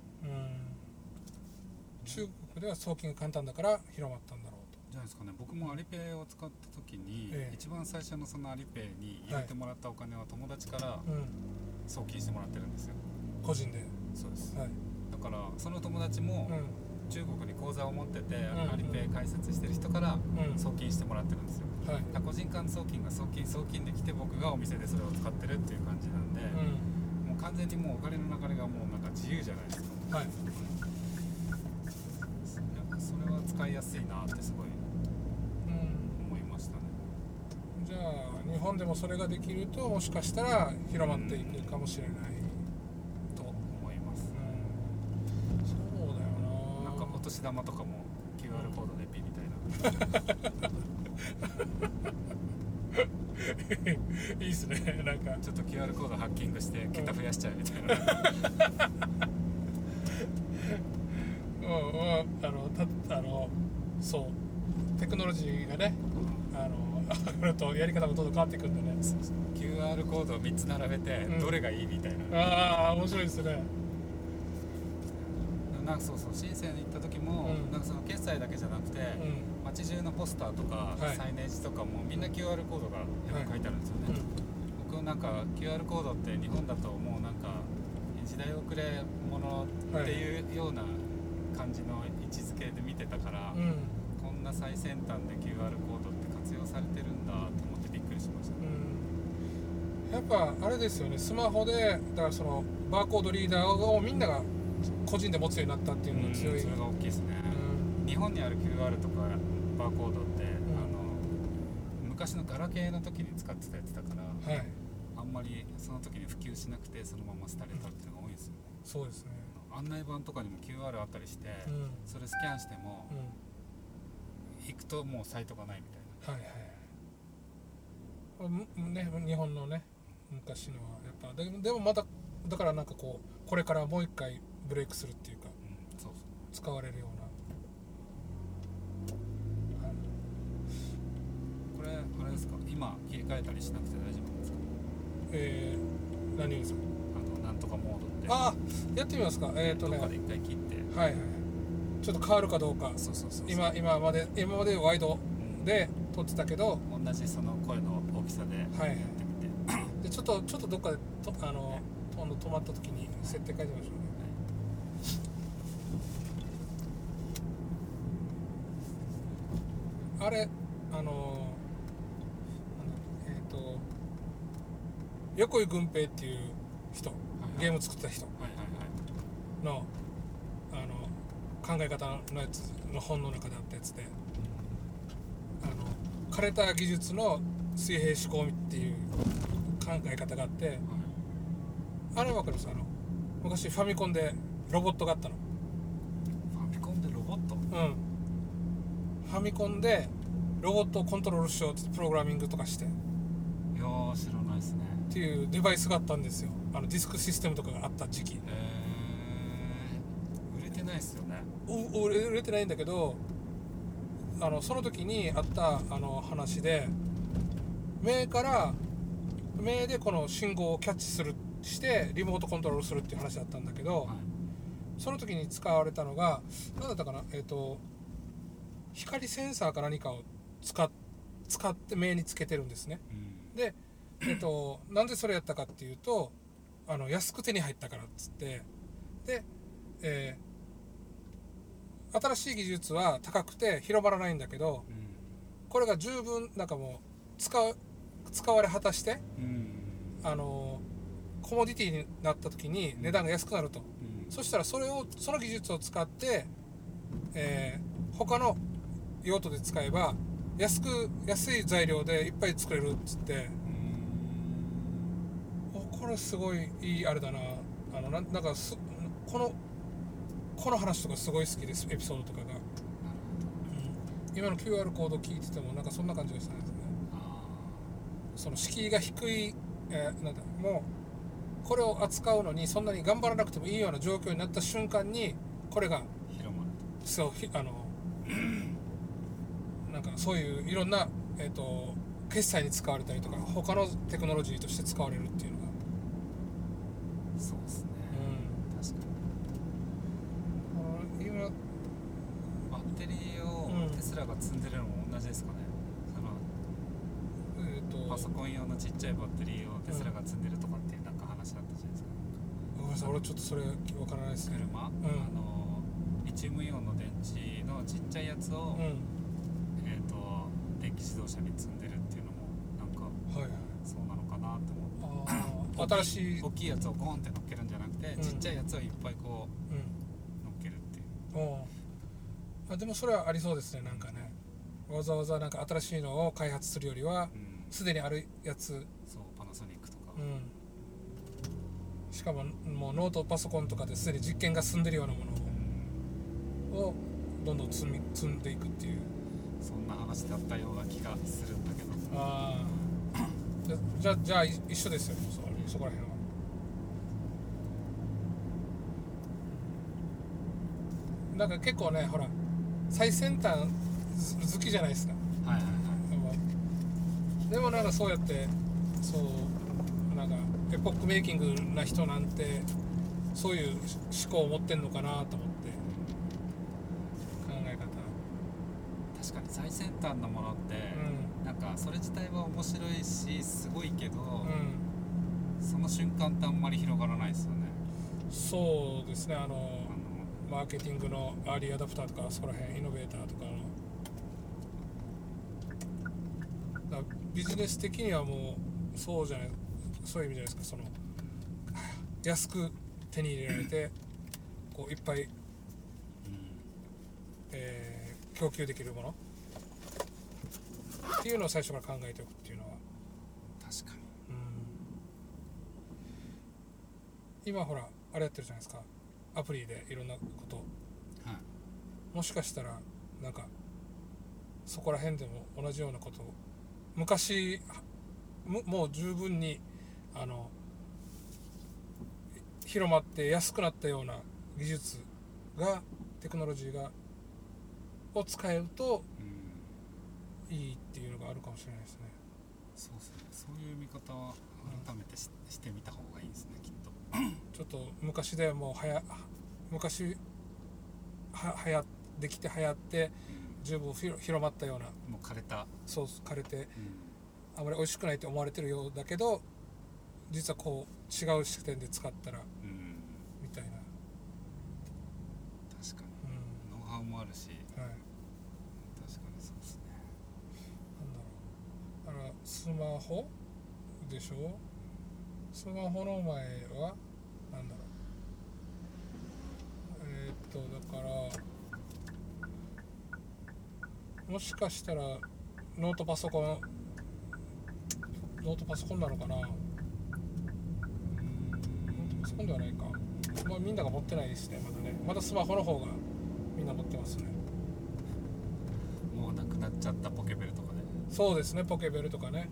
中国では送金が簡単だから広まったんだろうと。 じゃないですかね。僕もアリペイを使った時に、一番最初のそのアリペイに入れてもらったお金は友達から送金してもらってるんですよ、 個人で。 そうです、だからその友達も中国に口座を持ってて、アリペイ開設してる人から送金してもらってるんですよ、個人間送金が送金できて、僕がお店でそれを使ってるっていう感じなんで、もう完全にもうお金の流れがもうなんか自由じゃないですか。それは使いやすいなってすごい思いましたね。 じゃあ日本でもそれができると、もしかしたら広まっていくかもしれない、 と思います。 そうだよな。 なんかお年玉とかも QR コードでピみたいな。 いいっすね。なんかちょっと QR コードハッキングして桁増やしちゃうみたいな。 そうテクノロジーがね、上がるとやり方もどんどん変わっていくんでね。 QR コードを3つ並べてどれがいいみたいな、 ああ面白いですね。 なんかそう深センに行った時も、なんかその決済だけじゃなくて、街中のポスターとか、サイネージとかもみんな QR コードが書いてあるんですよね、僕なんか QR コードって日本だともうなんか時代遅れものっていうような感じの位置づけで見てたから、こんな最先端で QR コードって活用されてるんだと思ってびっくりしました、 やっぱあれですよね、スマホでだからそのバーコードリーダーをみんなが個人で持つようになったっていうのが強い、 それが大きいですね、日本にある QR とかバーコードって、昔のガラケーの時に使ってたやつだから、あんまりその時に普及しなくてそのまま廃れたっていうのが多いですよね。 そうですね。 案内板とかにも QR あったりして、それスキャンしても、行くともうサイトがないみたいな、ね、日本のね昔のはやっぱでもまただからなんかこうこれからもう一回ブレイクするっていうか、 そう使われるような、 これあれですか、今切り替えたりしなくて大丈夫なんですか？ 何ですか？ なんとかモードって。 あ、やってみますか。どっかで一回切って、 ちょっと変わるかどうか。今までワイドで撮ってたけど、 同じその声の大きさでやってみて、 でちょっとどっかで止まった時に設定変えてみましょうね。あれ横井軍平っていう人、ゲーム作った人の考え方のやつの本の中であったやつで、枯れた技術の水平思考っていう考え方があって、あれ分かる？昔ファミコンでロボットがあったの。 ファミコンでロボット？ ファミコンでロボットをコントロールしようってプログラミングとかして、 いやー知らないですね。 っていうデバイスがあったんですよ。ディスクシステムとかがあった時期。 売れてないですよね。 売れてないんだけど、その時にあった話で、目でこの信号をキャッチしてリモートコントロールするっていう話だったんだけど、その時に使われたのが何だったかな、光センサーか何かを使って目につけてるんですね、で、なんでそれやったかっていうと、安く手に入ったからっつって、で、新しい技術は高くて広まらないんだけど、これが十分なんかもう使われ果たして、コモディティになった時に値段が安くなると、そしたらその技術を使って、他の用途で使えば安い材料でいっぱい作れるっつって、これすごいいいあれだな。なんかこの話とかすごい好きです、エピソードとかが。今の QR コード聞いててもなんかそんな感じがしたんですね。その敷居が低い、もうこれを扱うのにそんなに頑張らなくてもいいような状況になった瞬間にこれが広まると。そうなんかそういういろんな、決済に使われたりとか他のテクノロジーとして使われるっていうのがそうですね、確かに今バッテリーをテスラが積んでるのも同じですかね、パソコン用のちっちゃいバッテリーをテスラが積んでるとかっていうなんか話だったじゃないですか。 ごめんなさい、俺ちょっとそれわからないですね。 車、リチウムイオンの電池のちっちゃいやつを、電気自動車に積んでるっていうのもなんか、そうなのかなって思って、 新しい大きいやつをゴンって乗っけるんじゃなくて、ちっちゃいやつをいっぱいこう、乗っけるっていう。 でもそれはありそうですね。なんかね、わざわざなんか新しいのを開発するよりはすでにあるやつ、 そうパナソニックとか、 しかももうノートパソコンとかですでに実験が進んでるようなものをどんどん積んでいくっていう、 そんな話だったような気がするんだけど。 じゃあ一緒ですよ、そこら辺は。なんか結構ね、ほら最先端好きじゃないですか。でもなんかそうやってなんかエポックメイキングな人なんてそういう思考を持ってんのかなと思って考え方。 確かに最先端のものって、なんかそれ自体は面白いしすごいけど、その瞬間ってあんまり広がらないですよね。 そうですね。マーケティングのアーリーアダプターとかそこら辺イノベーターとかのビジネス的にはもうそういう意味じゃないですか。安く手に入れられてこういっぱい、供給できるものっていうのを最初から考えておくっていうのは確かに、 今ほらあれやってるじゃないですか、アプリでいろんなこと、もしかしたらなんかそこら辺でも同じようなことを昔もう十分に広まって安くなったような技術がテクノロジーを使えるといいっていうのがあるかもしれないですね。 そうですね。そういう見方は改めてしてみた方がいいですね、きっと。 ちょっと昔でもうできて流行って十分広まったような、 もう枯れ枯れて、あまり美味しくないと思われてるようだけど実はこう違う視点で使ったら、みたいな。 確かに、ノウハウもあるし、確かにそうですね。 なんだろう、スマホでしょ。スマホの前はなんだろう、だからもしかしたらノートパソコンなのかな。ノートパソコンではないか。みんなが持ってないですね。まだスマホの方がみんな持ってますね。 もうなくなっちゃったポケベルとかね。 そうですね、ポケベルとかね。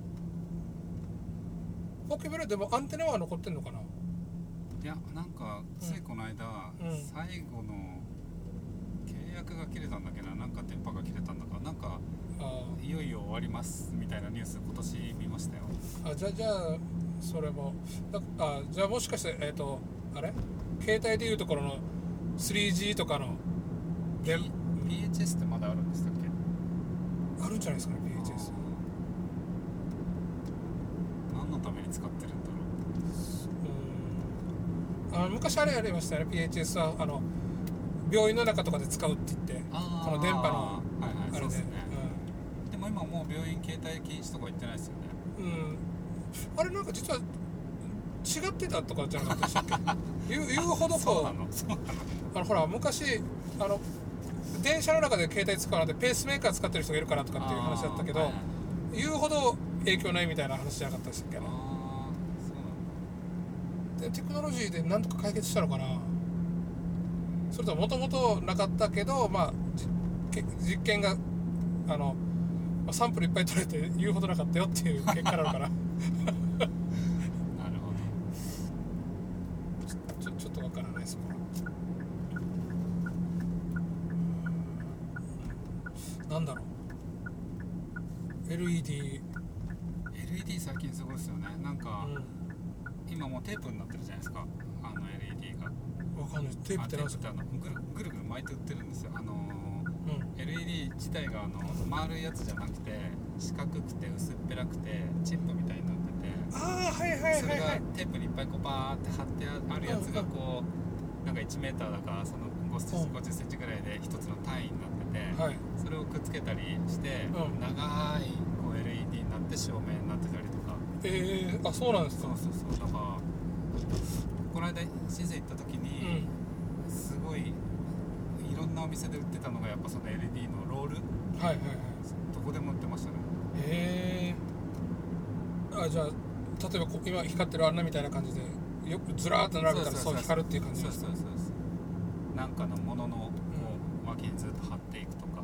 ポケベルでもアンテナは残ってんのかな。 いや、なんかついこの間、最後の契約が切れたんだっけな、なんか電波が切れたんだか、なんかいよいよ終わりますみたいなニュース今年見ましたよ。 じゃあそれもじゃあもしかしてあれ携帯でいうところの 3G とかの PHS ってまだあるんでしたっけ。 あるんじゃないですかね。 PHS 何のために使ってるんだろう。 昔あれやりましたよね。 PHS は病院の中とかで使うって言って、この電波のあれで、 でも今もう病院携帯禁止とか言ってないですよね。 あれなんか実は違ってたとかじゃなかったでしたっけ。言うほどこうほら昔電車の中で携帯使うのでペースメーカー使ってる人がいるからとかっていう話だったけど、言うほど影響ないみたいな話じゃなかったでしたっけ。でテクノロジーで何とか解決したのかな。それともともとなかったけど、実験がサンプルいっぱい取れて言うほどなかったよっていう結果なのかな。なるほど。 ちょっとわからないですもん。 なんだろう LED 最近すごいですよね。なんか、今もうテープになってるじゃないですか、LED が。 わかんない。テープって何ですか？ ぐるぐる巻いて売ってるんですよ。LED 自体が丸いやつじゃなくて四角くて薄っぺらくてチップみたいになってて、それがテープにいっぱいこうバーって貼ってあるやつがこうなんか1メーターだからその50センチぐらいで一つの単位になってて、それをくっつけたりして長いこう LED になって照明になってたりとか。 あ、そうなんですか。 そうだからこの間深セン行った時に、すごいいろんなお店で売ってたのがやっぱその LED のロール、どこでも売ってましたね。 じゃあ例えば今光ってるあんなみたいな感じでよくずらーっと並べたらそう光るっていう感じですか？ そうなんかのものの脇にずっと貼っていくとか。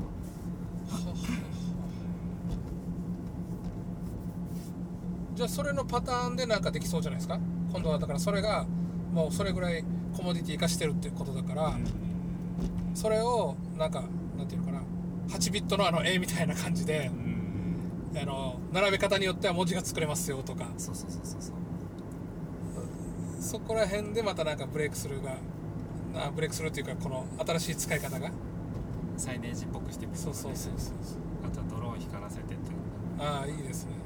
じゃあそれのパターンでなんかできそうじゃないですか。今度はだからそれがもうそれぐらいコモディティ化してるってことだから、それをなんていうのかな、8ビットの絵みたいな感じで、並べ方によっては文字が作れますよとか。そこら辺でまたなんかブレイクスルーっていうかこの新しい使い方がサイネージっぽくしてみるとかね。あとはドローン光らせてっていうの。いいですね。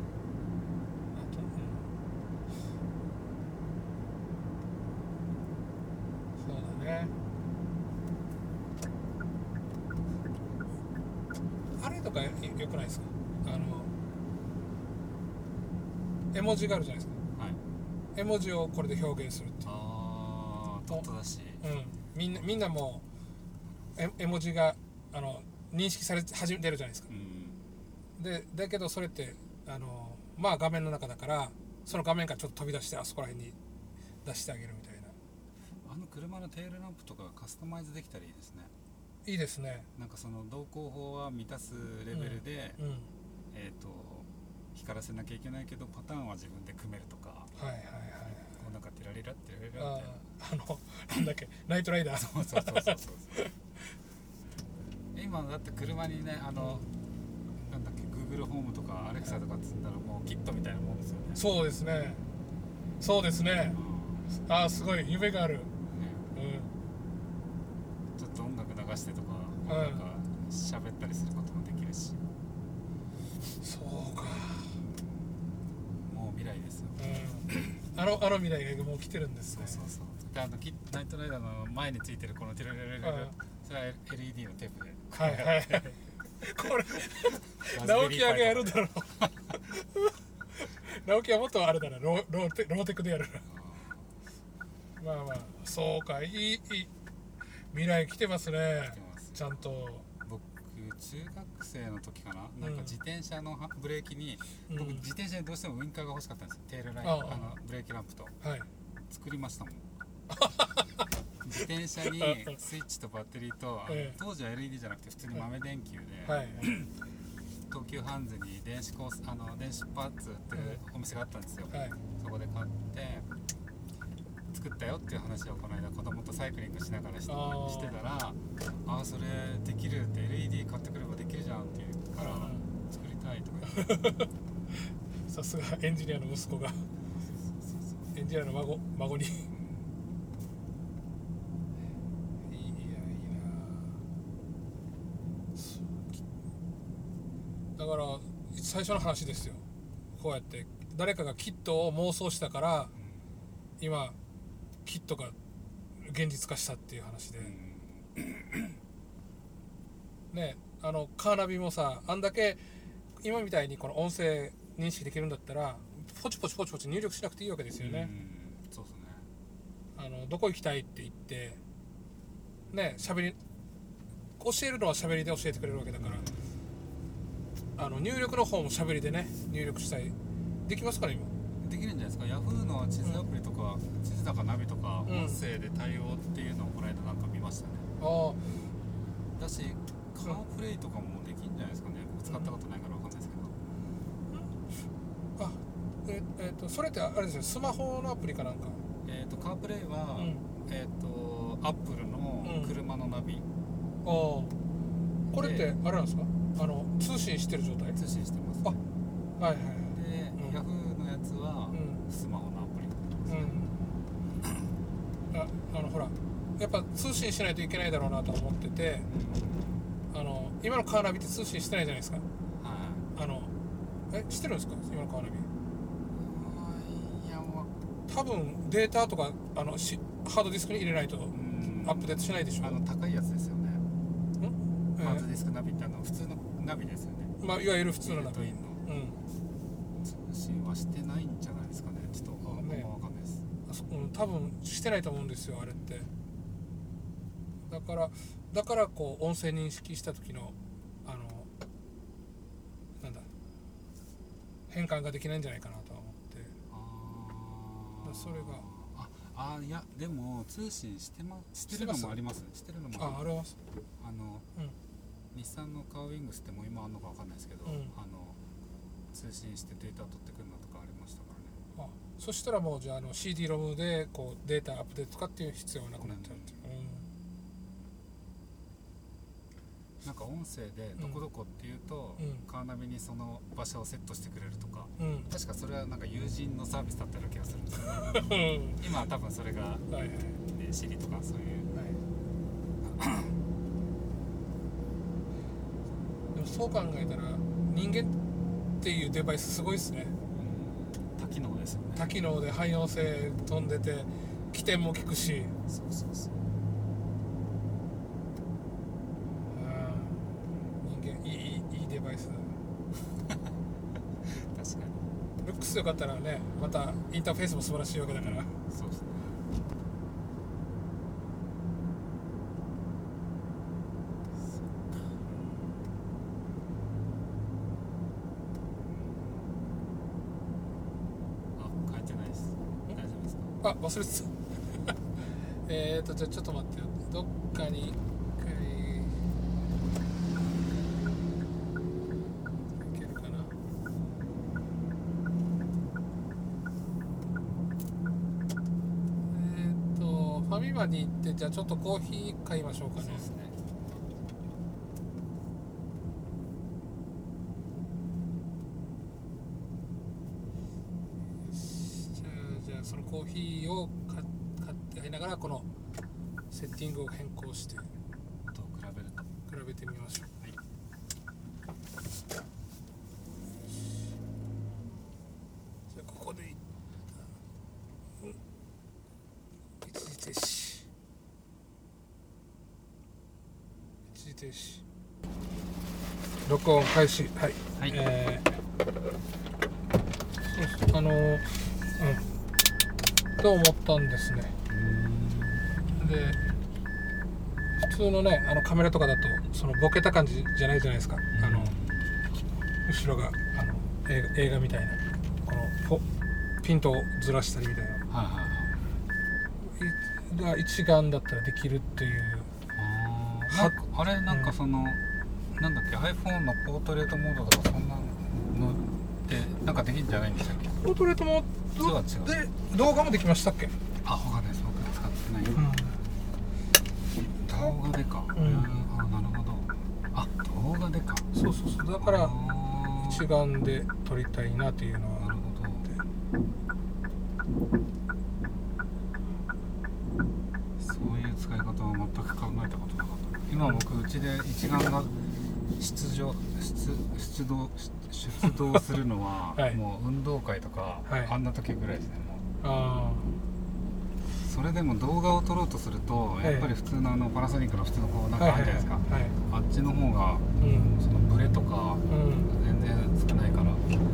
そうだね。あれとかよくないですか？絵文字があるじゃないですか。絵文字をこれで表現するっていう。 ドットだし。 みんなも絵文字が認識され始めてるじゃないですか。だけどそれってまあ画面の中だからその画面からちょっと飛び出してあそこら辺に出してあげるみたいな。 車のテールランプとかカスタマイズできたらいいですね。 いいですね。 なんかその道交法は満たすレベルで、光らせなきゃいけないけどパターンは自分で組めるとか。こうなんかテラリラってなんだっけ、ナイトライダー。 そう今だって車にねなんだっけ Google ホームとかアレクサとか積んだらもうキットみたいなもんですよね。 そうですね。すごい夢がある。 ちょっと音楽流してとかなんか喋ったりすることもできるし。 そうか。 もう未来ですよ。 あの未来がもう来てるんですね。 でナイトライダーの前についてるこのテレレレレそれは LED のテープで。 これ直樹屋がやるだろう。直樹はもっとあれだな、ローテクでやるな。まあそうか、いい未来来てますね。ちゃんと。 僕中学生の時かな、なんか自転車のブレーキに、僕自転車にどうしてもウインカーが欲しかったんですよ。テールライトブレーキランプと、作りましたもん。自転車にスイッチとバッテリーと、当時は LED じゃなくて普通に豆電球で、東急ハンズに電子パーツっていうお店があったんですよ。そこで買って作ったよっていう話をこの間子供とサイクリングしながらしてたら、それできるって LED 買ってくればできるじゃんって言うから作りたいとか言って。 さすがエンジニアの息子がエンジニアの孫に。だから最初の話ですよ。こうやって誰かがキットを妄想したから、今キットが現実化したっていう話で、ね、カーナビもさ、あんだけ今みたいにこの音声認識できるんだったらポチポチ入力しなくていいわけですよね。 そうですね。 どこ行きたいって言ってね、教えるのは喋りで教えてくれるわけだから、入力の方も喋りでね入力したいできますから今。 できるんじゃないですか。ヤフーの地図アプリとか、地図だかナビとか音声で対応っていうのをこの間なんか見ましたね。だしカープレイとかもできるんじゃないですかね。僕使ったことないから分かんないですけど。 それってあれですよ、スマホのアプリかなんか。 カープレイは、アップルの車のナビ、 これってあれなんですか？通信してる状態？ 通信してます、 あ、はいはいはい。 で、ヤフーのやつはスマホのアプリですね。 ほらやっぱ通信しないといけないだろうなと思ってて、今のカーナビって通信してないじゃないですか。知ってるんですか今のカーナビ？ いや、 多分データとかハードディスクに入れないとアップデートしないでしょ。 高いやつですよね。ハードディスクナビって普通のナビですよね。 まあいわゆる普通のナビ。 通信はしてないんじゃないですかね。ちょっと分かんないです。 多分してないと思うんですよあれって。だからこう音声認識した時のなんだ変換ができないんじゃないかなとは思って。それがいやでも通信してるのもあります。してるのもあります。 日産のカーウィングスってもう今あるのか分かんないですけど、通信してデータ取ってくるのとかありましたからね。 そしたらもうじゃあCD ロムでこうデータアップデートとかっていう必要がなくなっちゃうっていう。 なんか音声でどこどこっていうと、カーナビにその場所をセットしてくれるとか、確かそれはなんか友人のサービスだったような気がするんですけど今は多分それが、Siri とかそういう、 でもそう考えたら人間っていうデバイスすごいですね。 多機能ですよね。 多機能で汎用性飛んでて起点も効くし。 そういいデバイスだ。 確かにルックスよかったらね、またインターフェースも素晴らしいわけだから。 そうですね。書いてないです。大丈夫ですか？ 忘れてた。じゃあちょっと待ってよ。どっかにファミマに行ってじゃあちょっとコーヒー買いましょうかね。 そうですね。 じゃあそのコーヒーを買ってやりながらこのセッティングを変更して比べてみましょう。 はい。 じゃあここで一時停止録音開始。はい、 はい。 と思ったんですね。で普通のねカメラとかだとそのボケた感じじゃないじゃないですか。後ろが映画みたいなこのピントをずらしたりみたいな、が一眼だったらできるっていう。 あれなんかその、なんだっけ iPhone のポートレートモードとかそんなのってなんかできるんじゃないんでしたっけ？ ポートレートモードで動画もできましたっけ？ わかんないです。僕使ってない。動画でか。なるほど。動画でか。 そうだから一眼で撮りたいなっていうのは。 なるほど。そういう使い方は全く考えたことなかった。今僕うちで一眼が出動するのは、もう運動会とか、あんな時ぐらいですね。もうそれでも動画を撮ろうとするとやっぱり普通のパナソニックの普通のこうなんかあるじゃないですか。あっちの方が、そのブレとか、全然少ないから。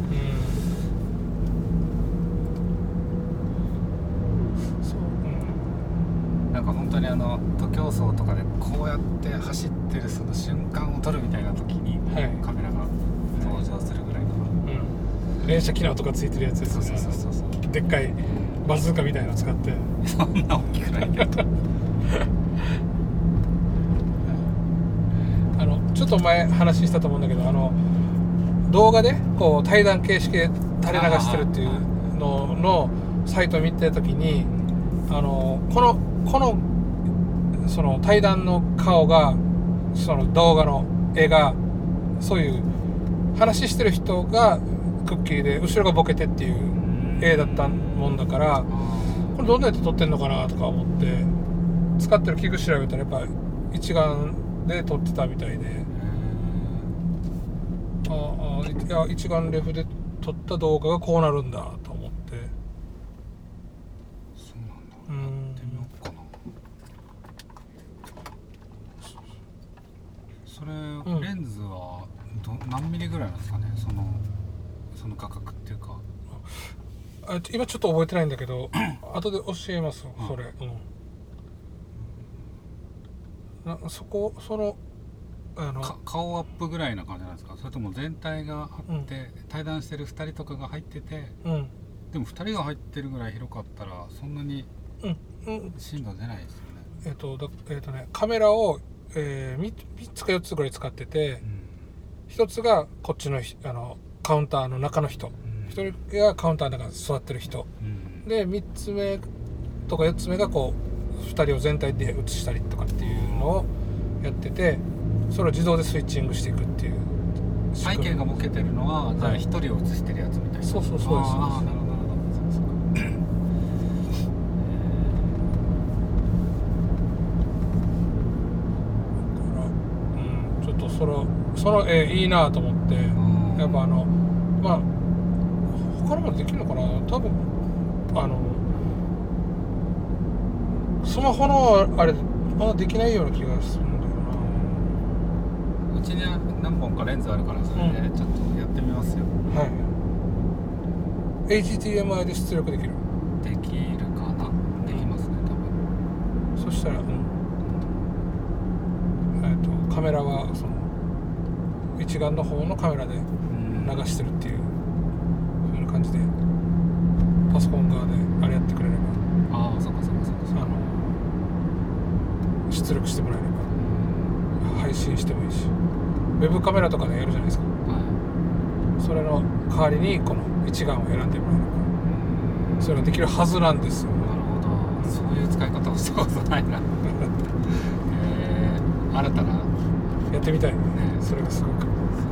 なんか本当に徒競走とかでこうやって走ってるその瞬間を撮るみたいな時に、カメラが登場するぐらいの、 連写機能とかついてるやつですね。そうでっかいバズーカみたいなの使ってそんな大きくないけどちょっと前話したと思うんだけど動画でこう対談形式で垂れ流してるっていうののサイトを見てた時にこのその対談の顔がその動画の絵がそういう話してる人がクッキーで後ろがボケてっていう絵だったもんだから、これどんなやつ撮ってんのかなとか思って使ってる器具調べたらやっぱ一眼で撮ってたみたいで、いや一眼レフで撮った動画がこうなるんだと思って。 そうなんだ。やってみようかな。それ、レンズは何ミリぐらいなんですかね、その価格っていうか。 今ちょっと覚えてないんだけど後で教えますよそれ。 顔アップぐらいな感じなんですか、それとも全体があって、対談してる2人とかが入ってて、でも2人が入ってるぐらい広かったらそんなに振動出ないですよね。 カメラを、3つか4つぐらい使ってて、1つがこっちのカウンターの中の人、1人がカウンターの中に座ってる人、で3つ目とか4つ目がこう2人を全体で映したりとかっていうのをやってて、それを自動でスイッチングしていくっていう。 背景がボケてるのはじゃあ1人を映してるやつみたいな。 そうです。 ああ、なるほどなるほど。 ちょっとその絵いいなと思って、やっぱまあ他のもできるのかな、多分スマホのあれまだできないような気がするんだよな。うちには何本かレンズあるからそれでちょっとやってみますよ。 はい。HDMI で出力できる。 できるかな。できますね多分。そしたらカメラはその一眼の方のカメラで流してるっていう、そういう感じでパソコン側であれやってくれれば、 そうか出力してもらえれば配信してもいいし、ウェブカメラとかでやるじゃないですか、それの代わりにこの一眼を選んでもらえればそれができるはずなんですよ。 なるほど、そういう使い方をしたことないな新たなやってみたいね、それがすごく。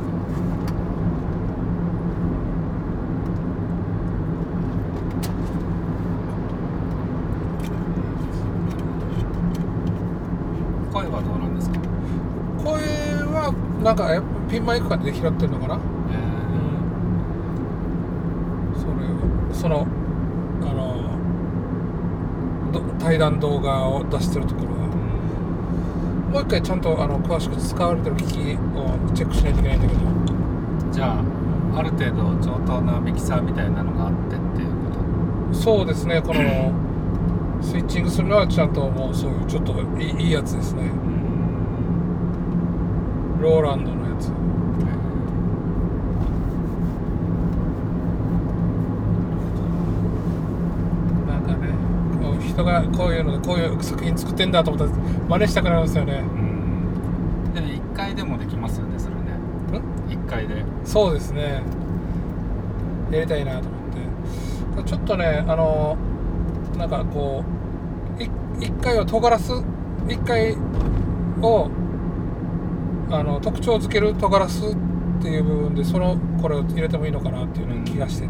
声はどうなんですか？ 声はなんかピンマイクかで拾ってるのかな。その対談動画を出してるところはもう一回ちゃんと詳しく使われてる機器をチェックしないといけないんだけど、 じゃあある程度上等なミキサーみたいなのがあってっていうこと？ そうですね、このスイッチングするのはちゃんともうそういうちょっといいやつですね。ローランドのやつ。なんかね、人がこういうのでこういう作品作ってんだと思ったら真似したくなるんですよね。 でも1回でもできますよねそれね。1回で。 そうですね、やりたいなと思って。ちょっとねなんかこう一回を尖らす、一回を特徴づける尖らすっていう部分でこれを入れてもいいのかなっていうの気がしてて、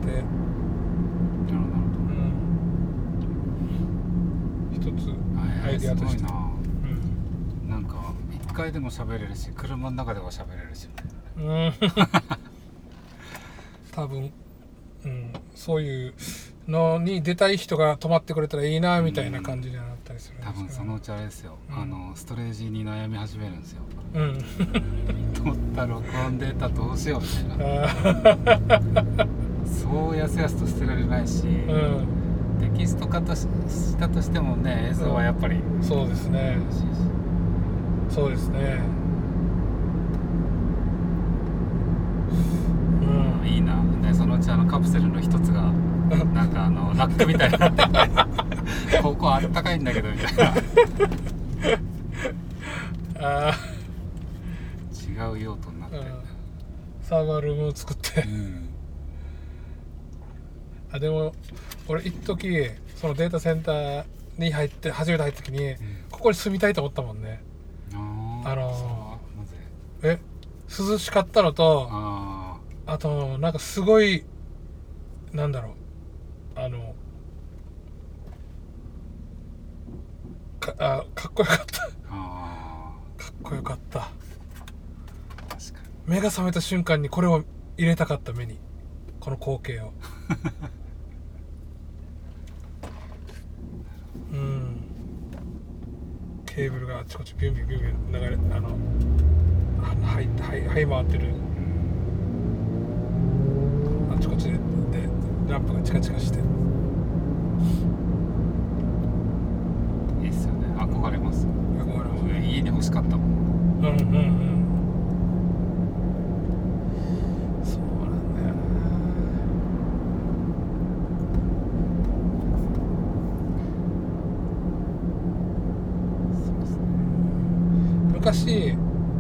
一つアイデアとして。 なんか1回でも喋れるし車の中でも喋れるし多分、そういうのに出たい人が泊まってくれたらいいなみたいな感じになったりするんです多分そのうちあれですよ、ストレージに悩み始めるんですよ。撮った録音データどうしようみたいなそうやすやすと捨てられないし、テキスト化としたとしてもね、映像はやっぱり、 そうですね、そうですね。 いいな。でそのうちカプセルの一つがなんかラックみたいになっててここあったかいんだけどみたいな違う用途になって、 サーバールームを作って、でも俺一時そのデータセンターに初めて入った時に、ここに住みたいと思ったもんね。 涼しかったのと、あとなんかすごいなんだろうかっこよかったかっこよかった。確かに目が覚めた瞬間にこれを入れたかった、目にこの光景をケーブルがあちこちビュンビュンビュンビュン流れはい回ってる、あちこちでランプがチカチカしていいっすよね。憧れます。家に欲しかったもん。 そうなんだよな。そうですね。昔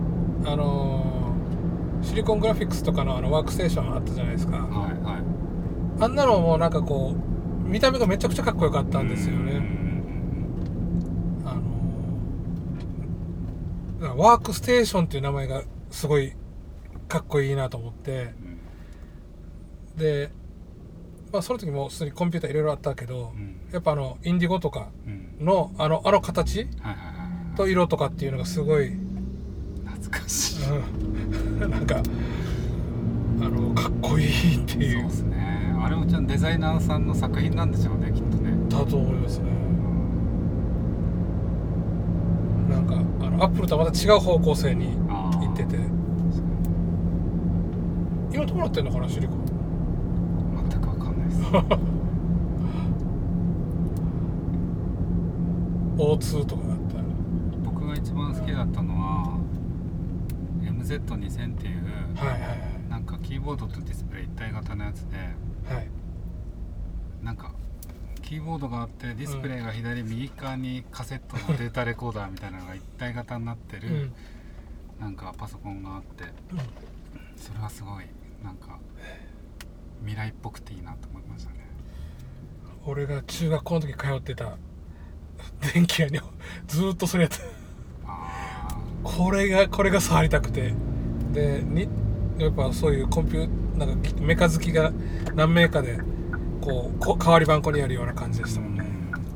シリコングラフィックスとかのワークステーションあったじゃないですか。はいはい。あんなのもなんかこう見た目がめちゃくちゃかっこよかったんですよね。ワークステーションっていう名前がすごいかっこいいなと思って、で、まあ、その時もすでにコンピューターいろいろあったけど、やっぱインディゴとかのあの形と色とかっていうのがすごい懐かしい、 なんかかっこいいっていう。 そうですね。あれもちゃんデザイナーさんの作品なんでしょうね、きっとね。 だと思いますね。なんかアップルとはまた違う方向性に行ってて、今どうなってんのかな、シリコン。 全く分かんないです O2 とかだったら。 僕が一番好きだったのは MZ2000 っていう、なんかキーボードとディスプレイ一体型のやつで、なんかキーボードがあってディスプレイが右側にカセットのデータレコーダーみたいなのが一体型になってる、なんかパソコンがあって、それはすごいなんか未来っぽくていいなと思いましたね。 俺が中学校の時通ってた電気屋にずーっとそれやってこれが触りたくて、でやっぱそういうなんかメカ好きが何名かでこう代わり番号にやるような感じでしたもんね。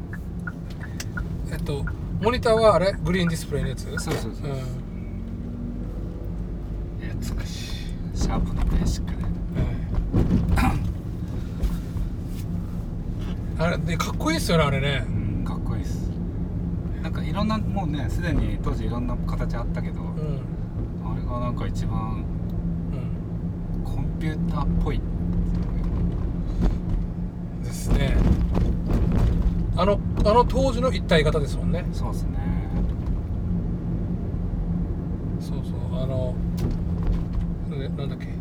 モニターはあれグリーンディスプレイのやつ。 そう、美しいシャープのベーシックで、 あれでかっこいいっすよね、あれね。 かっこいいっす。なんかいろんなもうね、すでに当時いろんな形あったけど、あれがなんか一番、コンピューターっぽいですね。あの当時の一体型ですもんね。 そうですね。 そうなんだっけ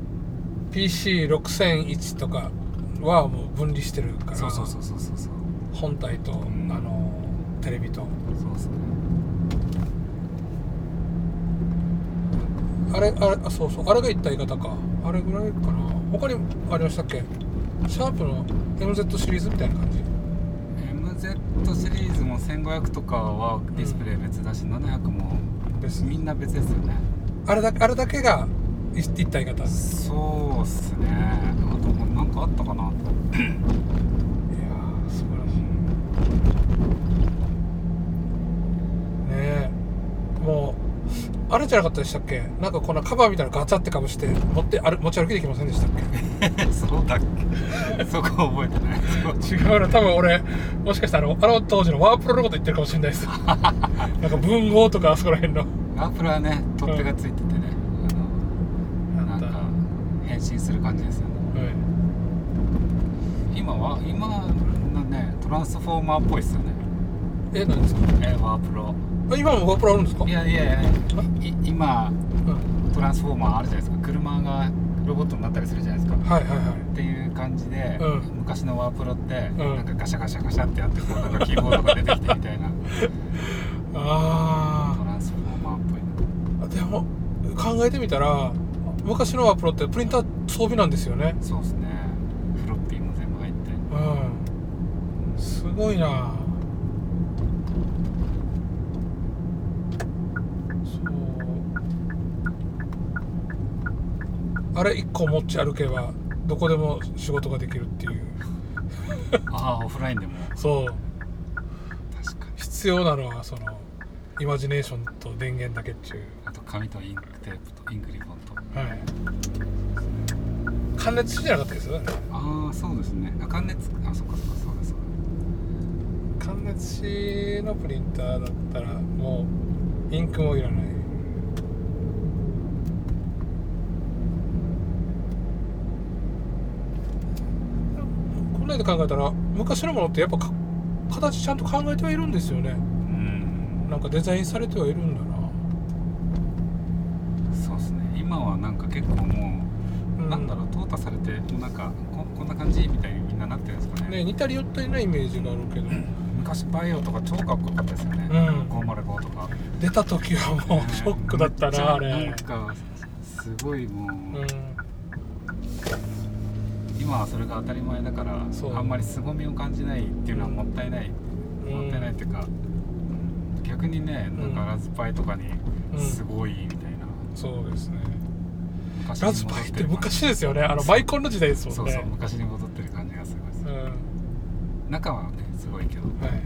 PC6001 とかはもう分離してるから。そう本体と、テレビと。 そうですね。 あれが一体型か。あれぐらいかな。他にありましたっけ？シャープの MZ シリーズみたいな感じ。 MZ シリーズも1500とかはディスプレイ別だし、700もみんな別ですよね。 あれだけが一体型。 そうっすね。あとなんかあったかな。いや素晴らしいね。もうあれじゃなかったでしたっけ？なんかこのカバーみたいなのガチャってかぶして持ち歩きできませんでしたっけ？そうだっけ？そこ覚えてない。 違うな、多分俺もしかしたら当時のワープロのこと言ってるかもしれないですなんか文豪とかあそこら辺のワープロはね、取っ手がついててね、なんか変身する感じですよね。今のね、トランスフォーマーっぽいっすよね。 何ですか？ ワープロ。 今もワープロあるんですか？ いや今、トランスフォーマーあるじゃないですか。車がロボットになったりするじゃないですか。っていう感じで、昔のワープロって、なんかガシャガシャガシャってやってこうなんかキーボードが出てきてみたいなトランスフォーマーっぽい。 でも考えてみたら昔のワープロってプリンター装備なんですよね。 そうですね。フロッピーも全部入って、 すごいな。 あれ1個持ち歩けばどこでも仕事ができるっていうああオフラインでもそう確かに必要なのはそのイマジネーションと電源だけっていうあと紙とインクテープとインクリボンとはい感熱じゃなかったですよねああそうですね感熱あそっかそっかそうです感熱紙のプリンターだったらもうインクもいらないこの間考えたら昔のものってやっぱ形ちゃんと考えてはいるんですよねなんかデザインされてはいるんだなそうですね今はなんか結構もう、なんだろう淘汰されてもうなんかこんな感じみたいにみんななってるんですかね似たり寄ったりなイメージがあるけど、 昔バイオとか超かっこよかったですよね、505とか出た時はもうショックだったな、あれなんかすごいもう、今はそれが当たり前だからあんまり凄みを感じないっていうのはもったいない、もったいないっていうか逆にねなんかラズパイとかにすごいみたいな、 そうですねラズパイって昔ですよねマイコンの時代ですもんねそうそう昔に戻ってる感じがすごいです、中はねすごいけど、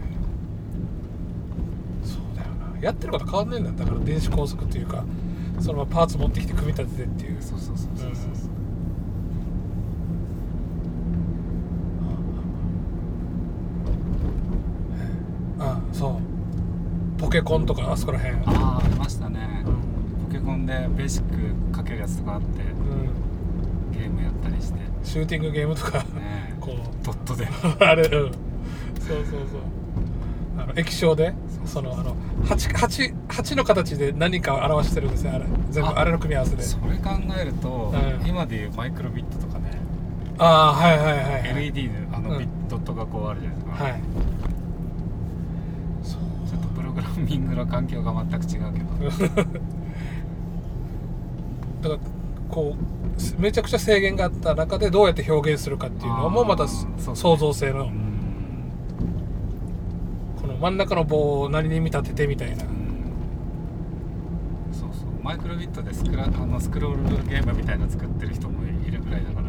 そうだよなやってること変わんないんだから電子工作というかそのままパーツ持ってきて組み立ててっていうそうそうポケコンとかあそこら辺ありましたね、ポケコンでベーシックかけるやつとかあって、ゲームやったりしてシューティングゲームとか、 ね、 こうドットであれそう液晶でその8の形で何かを表してるんですよあれ全部あれの組み合わせでそれ考えると、今でいうマイクロビットとかねLED でドットがこうあるじゃないですか、ちょっとプログラミングの環境が全く違うけどだからこうめちゃくちゃ制限があった中でどうやって表現するかっていうのもまた創造性のこの真ん中の棒を何に見立ててみたいな、 そうマイクロビットでスクロールゲームみたいなの作ってる人もいるぐらいだから